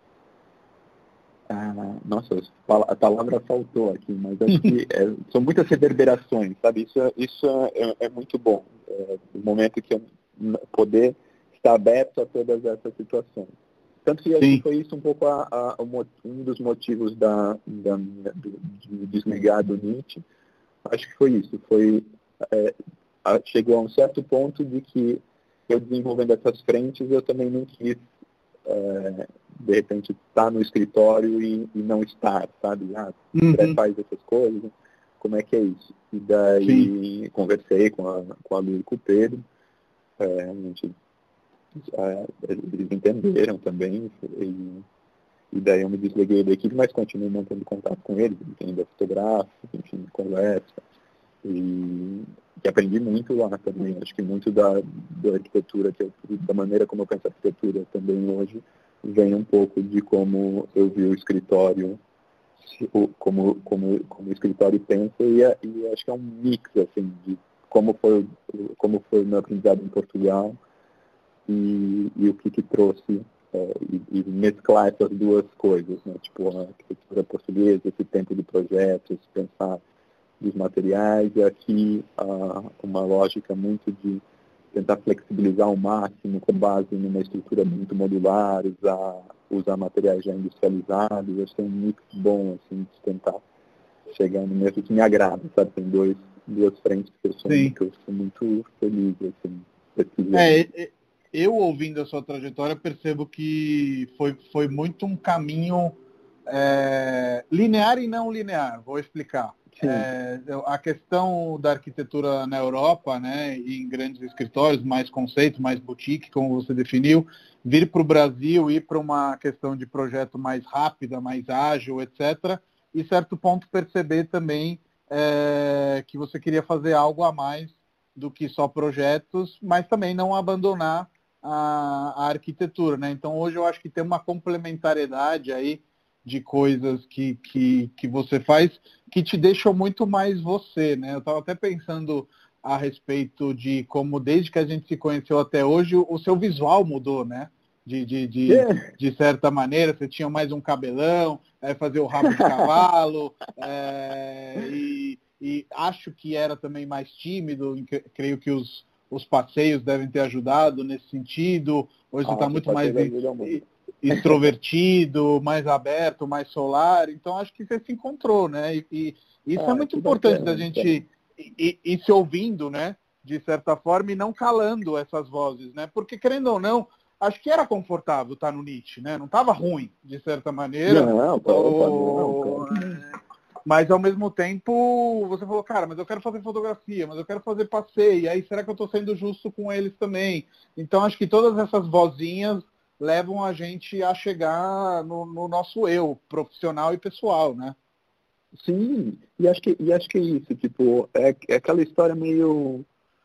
nossa, a palavra faltou aqui, mas acho que são muitas reverberações, sabe? Isso é muito bom, o momento que eu poder estar aberto a todas essas situações. Tanto que acho que foi isso um pouco um dos motivos de desligar do NIT. Acho que foi isso. Chegou a um certo ponto de que eu desenvolvendo essas frentes, eu também não quis, de repente, estar no escritório e não estar, sabe? Faz essas coisas, como é que é isso? E daí conversei com a Lu e com o Pedro, eles entenderam também, e daí eu me desliguei da equipe, mas continuo mantendo contato com eles, ainda fotografo, enfim, conversa, e aprendi muito lá também. Acho que muito da arquitetura, da maneira como eu penso a arquitetura também hoje, vem um pouco de como eu vi o escritório, como o escritório pensa, e acho que é um mix, assim, de como foi o meu aprendizado em Portugal, e o que trouxe, e mesclar essas duas coisas, né? Tipo, a arquitetura portuguesa, esse tempo de projetos, pensar dos materiais, e aqui uma lógica muito de tentar flexibilizar ao máximo com base numa estrutura muito modular, usar materiais já industrializados. Acho que é um mix bom, assim, de tentar chegar no mesmo que me agrada, sabe? Tem duas frentes que eu sou muito feliz, assim, pesquisando. Eu ouvindo a sua trajetória percebo que foi muito um caminho linear e não linear. Vou explicar. A questão da arquitetura na Europa, né, em grandes escritórios, mais conceito, mais boutique, como você definiu, vir para o Brasil, ir para uma questão de projeto mais rápida, mais ágil, etc. E certo ponto perceber também que você queria fazer algo a mais do que só projetos, mas também não abandonar a arquitetura, né? Então hoje eu acho que tem uma complementariedade aí de coisas que você faz que te deixam muito mais você, né? Eu estava até pensando a respeito de como desde que a gente se conheceu até hoje o seu visual mudou, né? De certa maneira, você tinha mais um cabelão, fazer o rabo de cavalo, e acho que era também mais tímido, creio que os passeios devem ter ajudado nesse sentido. Hoje você está muito mais extrovertido, mais aberto, mais solar. Então acho que você se encontrou, né? E isso é muito importante da gente ir se ouvindo, né? De certa forma, e não calando essas vozes, né? Porque, querendo ou não, acho que era confortável estar no Nietzsche, né? Não estava ruim, de certa maneira. Não. Mas, ao mesmo tempo, você falou, cara, mas eu quero fazer fotografia, mas eu quero fazer passeio, e aí será que eu estou sendo justo com eles também? Então, acho que todas essas vozinhas levam a gente a chegar no nosso eu, profissional e pessoal, né? Sim, e acho que é isso, tipo, é aquela história meio...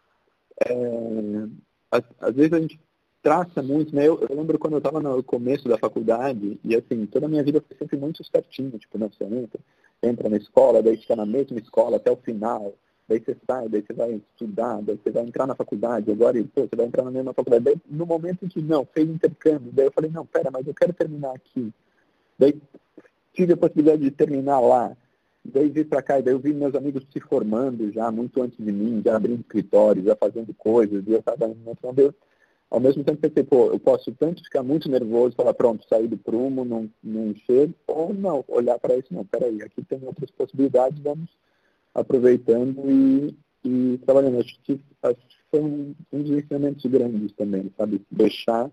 às vezes a gente traça muito, né? Eu lembro quando eu estava no começo da faculdade, e assim, toda a minha vida foi sempre muito certinho, tipo, não, você entra na escola, daí fica na mesma escola até o final, daí você sai, daí você vai estudar, daí você vai entrar na faculdade, agora, você vai entrar na mesma faculdade. Daí, no momento em que, não, fez intercâmbio, daí eu falei, não, pera, mas eu quero terminar aqui. Daí tive a possibilidade de terminar lá, daí vir para cá, e daí eu vi meus amigos se formando já muito antes de mim, já abrindo escritórios, já fazendo coisas, e eu estava indo. Ao mesmo tempo pensei, eu posso tanto ficar muito nervoso, falar, pronto, sair do prumo, não chego, ou não, olhar para isso, não, peraí, aqui tem outras possibilidades, vamos aproveitando e trabalhando. Acho que foi um dos ensinamentos grandes também, sabe? Deixar,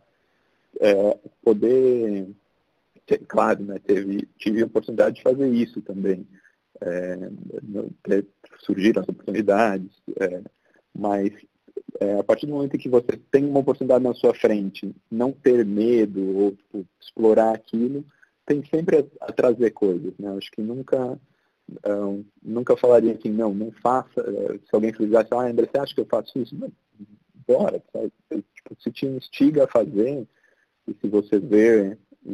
poder, claro, né, tive a oportunidade de fazer isso também, surgiram as oportunidades, mas a partir do momento em que você tem uma oportunidade na sua frente, não ter medo ou explorar aquilo, tem sempre a trazer coisas, né? Acho que nunca falaria assim, não faça. Se alguém fizesse, André, você acha que eu faço isso? Não, bora, sabe? Tipo, se te instiga a fazer, e se você vê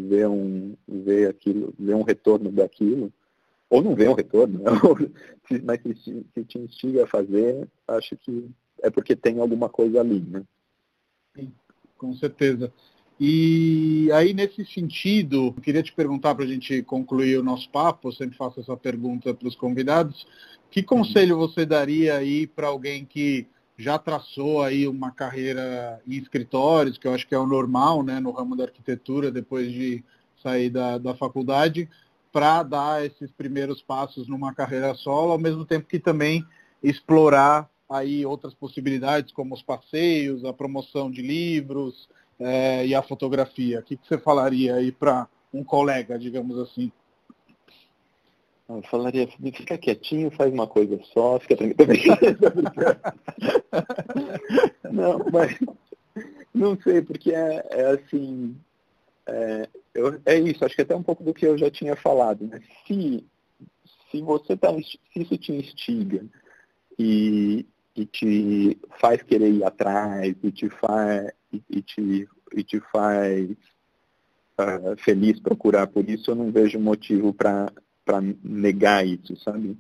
um retorno daquilo, ou não vê um retorno, né? Mas se te instiga a fazer, acho que é porque tem alguma coisa ali, né? Sim, com certeza. E aí, nesse sentido, eu queria te perguntar para a gente concluir o nosso papo, eu sempre faço essa pergunta para os convidados, que conselho você daria aí para alguém que já traçou aí uma carreira em escritórios, que eu acho que é o normal, né, no ramo da arquitetura, depois de sair da faculdade, para dar esses primeiros passos numa carreira solo, ao mesmo tempo que também explorar aí outras possibilidades, como os passeios, a promoção de livros e a fotografia. O que você falaria aí para um colega, digamos assim? Eu falaria, fica quietinho, faz uma coisa só, fica tranquilo. Não, mas não sei, porque assim, é isso, acho que até um pouco do que eu já tinha falado, né? Se isso te instiga e te faz querer ir atrás, e te faz feliz procurar por isso, eu não vejo motivo para negar isso, sabe?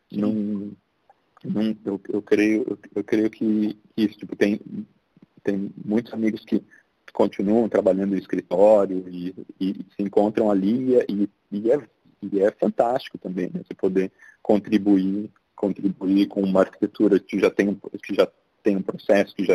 Eu creio que isso, tipo, tem muitos amigos que continuam trabalhando no escritório e se encontram ali e é fantástico também, né? Você poder contribuir com uma arquitetura que já tem um processo, que já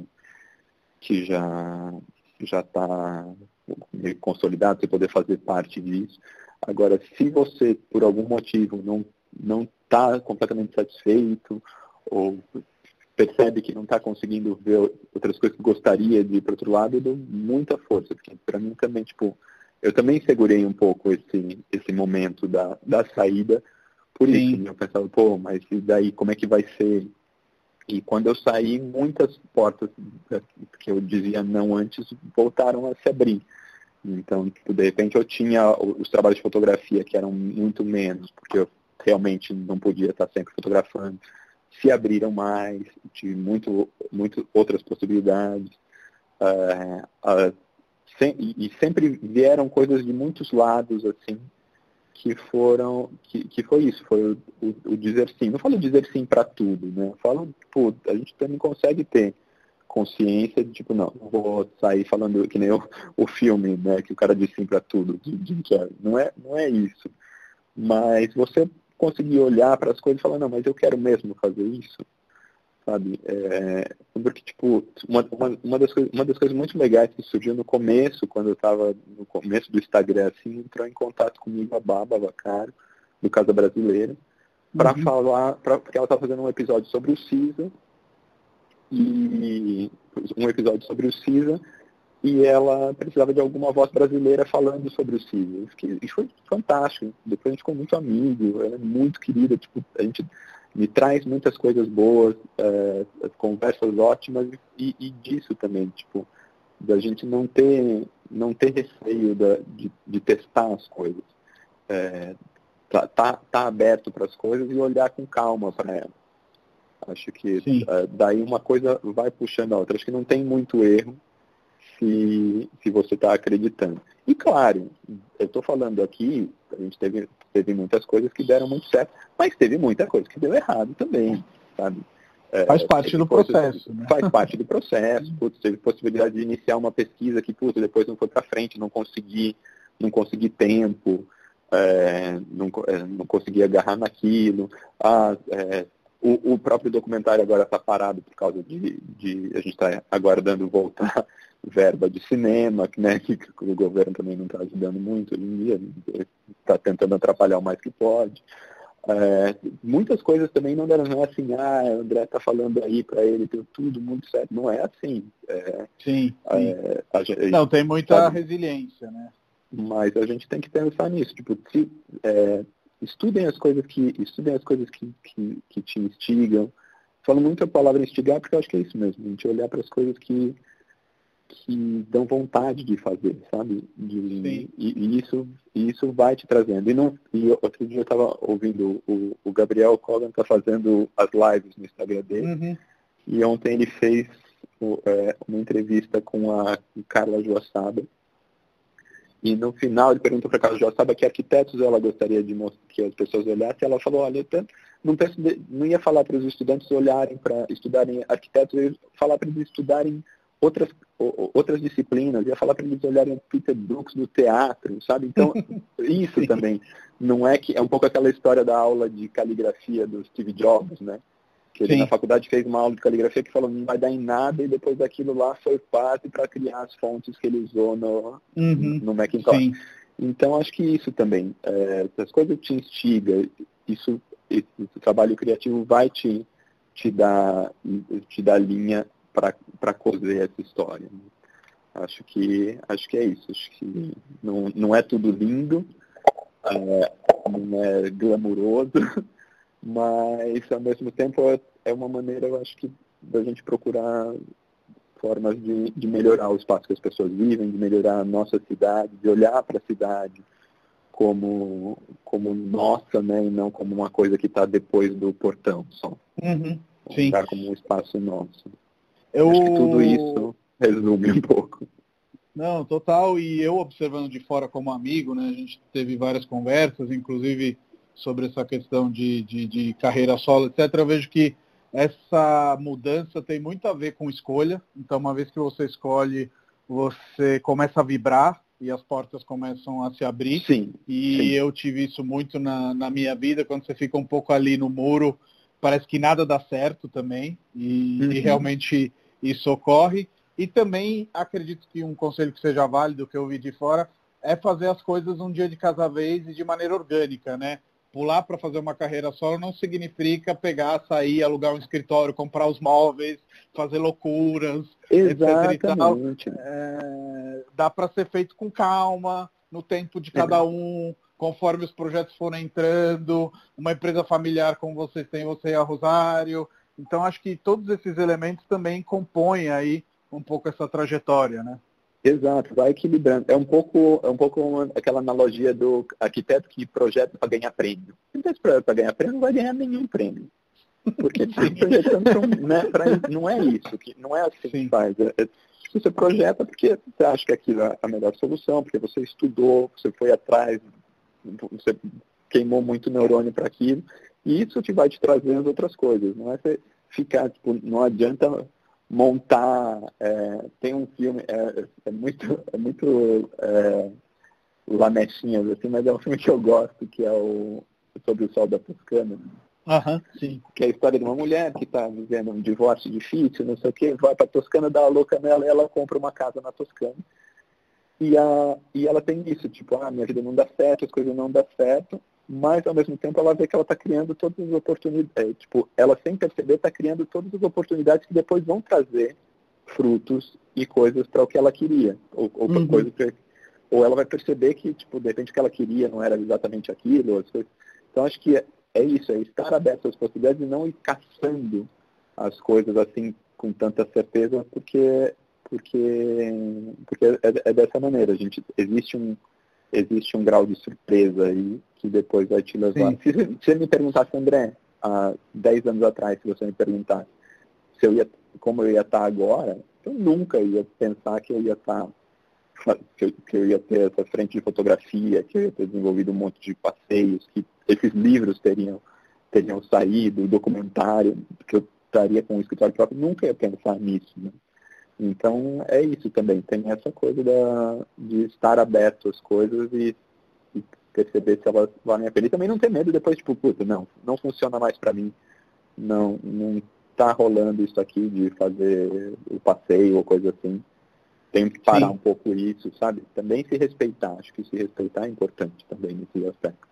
está meio consolidado, você poder fazer parte disso. Agora, se você, por algum motivo, não está completamente satisfeito, ou percebe que não está conseguindo ver outras coisas que gostaria de ir para outro lado, eu dou muita força, porque para mim também, tipo, eu também segurei um pouco esse momento da saída, por Sim. isso, eu pensava, mas e daí, como é que vai ser? E quando eu saí, muitas portas que eu dizia não antes voltaram a se abrir. Então, tipo, de repente eu tinha os trabalhos de fotografia que eram muito menos, porque eu realmente não podia estar sempre fotografando. Se abriram mais, tive muito outras possibilidades. E sempre vieram coisas de muitos lados, assim, que foi isso, foi o dizer sim. Não falo dizer sim para tudo, né? Eu falo, a gente também consegue ter consciência de, tipo, não vou sair falando que nem o filme, né, que o cara diz sim para tudo, não é isso. Mas você conseguir olhar para as coisas e falar, não, mas eu quero mesmo fazer isso, sabe? Porque, tipo, uma das coisas muito legais que surgiu no começo, quando eu estava no começo do Instagram, assim, entrou em contato comigo a Baba Vacaro, do Casa Brasileira, para falar, porque ela estava fazendo um episódio sobre o CISA, e ela precisava de alguma voz brasileira falando sobre o CISA. Isso foi fantástico. Depois a gente ficou muito amigo, ela é muito querida, tipo, a gente me traz muitas coisas boas, conversas ótimas, e disso também, tipo, da gente não ter receio de testar as coisas. Tá aberto para as coisas e olhar com calma para elas. Acho que daí uma coisa vai puxando a outra. Acho que não tem muito erro se você está acreditando. E claro, eu estou falando aqui, a gente teve muitas coisas que deram muito certo, mas teve muita coisa que deu errado também, sabe? Faz parte do processo, né? Faz parte do processo. Teve possibilidade de iniciar uma pesquisa que, depois não foi para frente, não consegui tempo, não consegui agarrar naquilo. O próprio documentário agora está parado por causa de a gente está aguardando voltar verba de cinema, né, que o governo também não está ajudando muito hoje em dia, está tentando atrapalhar o mais que pode. Muitas coisas também não deram, não é assim, o André está falando aí para ele, deu tudo muito certo. Não é assim. Sim. Não, tem muita resiliência, né? Mas a gente tem que pensar nisso, tipo, estudem as coisas que te instigam. Falo muito a palavra instigar porque eu acho que é isso mesmo, a gente olhar para as coisas que dão vontade de fazer, sabe? E isso vai te trazendo. E outro dia eu estava ouvindo o Gabriel Kogan está fazendo as lives no Instagram dele, e ontem ele fez uma entrevista com a Carla Joaçaba. E no final ele perguntou para a Carla Joaçaba que arquitetos ela gostaria de que as pessoas olhassem. Ela falou, olha, não ia falar para os estudantes olharem para estudarem arquitetos, eu ia falar para eles estudarem outras disciplinas, ia falar para eles olharem o Peter Brooks do teatro, sabe? Então, isso também. Não é que é um pouco aquela história da aula de caligrafia do Steve Jobs, né? Que ele na faculdade fez uma aula de caligrafia que falou não vai dar em nada, e depois daquilo lá foi parte para criar as fontes que ele usou no Macintosh. Sim. Então, acho que isso também, se as coisas te instigam, esse trabalho criativo vai te dar linha para cozer essa história. Acho que é isso. Acho que não é tudo lindo, não é glamuroso, mas ao mesmo tempo é uma maneira, eu acho que, da gente procurar formas de melhorar o espaço que as pessoas vivem, de melhorar a nossa cidade, de olhar para a cidade como nossa, né, e não como uma coisa que está depois do portão só. Olhar como um espaço nosso. Acho que tudo isso resume um pouco. Não, total. E eu observando de fora como amigo, né, a gente teve várias conversas, inclusive sobre essa questão de carreira solo, etc. Eu vejo que essa mudança tem muito a ver com escolha. Então, uma vez que você escolhe, você começa a vibrar e as portas começam a se abrir. Sim. Eu tive isso muito na minha vida, quando você fica um pouco ali no muro, parece que nada dá certo também, e realmente isso ocorre. E também acredito que um conselho que seja válido, que eu vi de fora, é fazer as coisas um dia de cada vez e de maneira orgânica, né? Pular para fazer uma carreira solo não significa pegar, sair, alugar um escritório, comprar os móveis, fazer loucuras, etc. e tal. Dá para ser feito com calma, no tempo de cada um, conforme os projetos forem entrando, uma empresa familiar como vocês têm, você e a Rosário. Então, acho que todos esses elementos também compõem aí um pouco essa trajetória, né? Exato, vai equilibrando. É um pouco aquela analogia do arquiteto que projeta para ganhar prêmio. Se não projeta para ganhar prêmio, não vai ganhar nenhum prêmio. Porque está projetando não é isso, não é assim que faz. Você projeta porque você acha que aquilo é a melhor solução, porque você estudou, você foi atrás, você queimou muito neurônio para aquilo, e isso vai te trazer as outras coisas. Não é você ficar, tipo, não adianta montar, tem um filme, é muito lamechinhas, assim, mas é um filme que eu gosto, que é Sobre o Sol da Toscana. Sim. Que é a história de uma mulher que está vivendo um divórcio difícil, não sei o quê, vai para a Toscana, dá a louca nela e ela compra uma casa na Toscana. E ela tem isso, tipo, minha vida não dá certo, as coisas não dão certo, mas ao mesmo tempo ela vê que ela está criando todas as oportunidades, tipo, ela sem perceber está criando todas as oportunidades que depois vão trazer frutos e coisas para o que ela queria, ou para coisas ou ela vai perceber que, tipo, de repente o que ela queria não era exatamente aquilo, as coisas. Então acho que é isso, é estar aberto às possibilidades e não ir caçando as coisas assim com tanta certeza, porque é dessa maneira. Existe um grau de surpresa aí que depois vai te levar. Se você me perguntasse, André, há 10 anos atrás, se você me perguntasse como eu ia estar agora, eu nunca ia pensar que eu ia estar que eu ia ter essa frente de fotografia, que eu ia ter desenvolvido um monte de passeios, que esses livros teriam saído, o documentário, que eu estaria com um escritório próprio, nunca ia pensar nisso, né? Então, é isso também, tem essa coisa de estar aberto às coisas e perceber se elas valem a pena. E também não ter medo depois, tipo, puta, não funciona mais para mim, não tá rolando isso aqui de fazer o passeio ou coisa assim. Tem que parar um pouco isso, sabe? Também se respeitar. Acho que se respeitar é importante também nesses aspectos.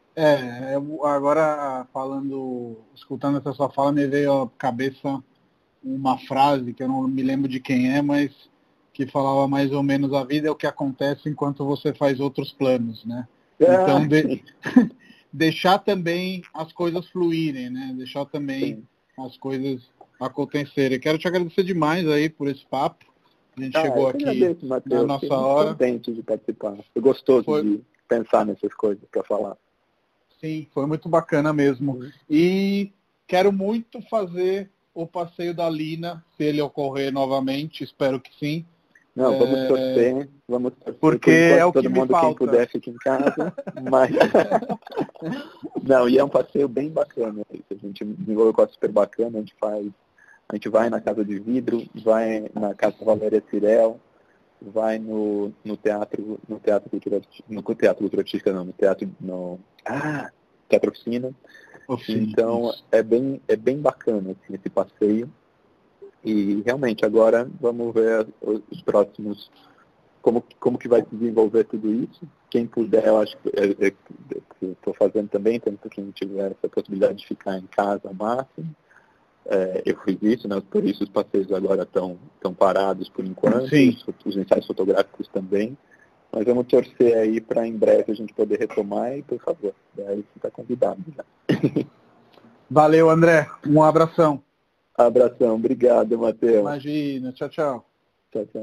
Agora escutando essa sua fala, me veio à cabeça uma frase que eu não me lembro de quem é, mas que falava mais ou menos: a vida é o que acontece enquanto você faz outros planos, né? Então, deixar também as coisas fluírem, né? Deixar também as coisas acontecerem. Quero te agradecer demais aí por esse papo. A gente chegou aqui agradeço, Matheus. na nossa hora. Contente de participar. Foi gostoso de pensar nessas coisas para falar. Sim, foi muito bacana mesmo. E quero muito fazer o passeio da Lina, se ele ocorrer novamente, espero que sim. Não, vamos torcer. Porque é o que todo me mundo, falta. Quem puder, fique em casa. Mas... Não, e é um passeio bem bacana. A gente desenvolveu um negócio super bacana. A gente vai na Casa de Vidro, vai na Casa Valéria Cirel, vai no Teatro Cultura Artística, não, Teatro Oficina. Então, é bem bacana assim, esse passeio. E realmente, agora vamos ver os próximos, como que vai se desenvolver tudo isso. Quem puder, eu acho que estou fazendo também, tanto quem tiver essa possibilidade de ficar em casa ao máximo. Eu fiz isso, né? Por isso os passeios agora estão parados por enquanto, os ensaios fotográficos também. Mas vamos torcer aí para em breve a gente poder retomar e, por favor, daí você está convidado já. Valeu, André. Um abração. Abração. Obrigado, Matheus. Imagina. Tchau, tchau. Tchau, tchau.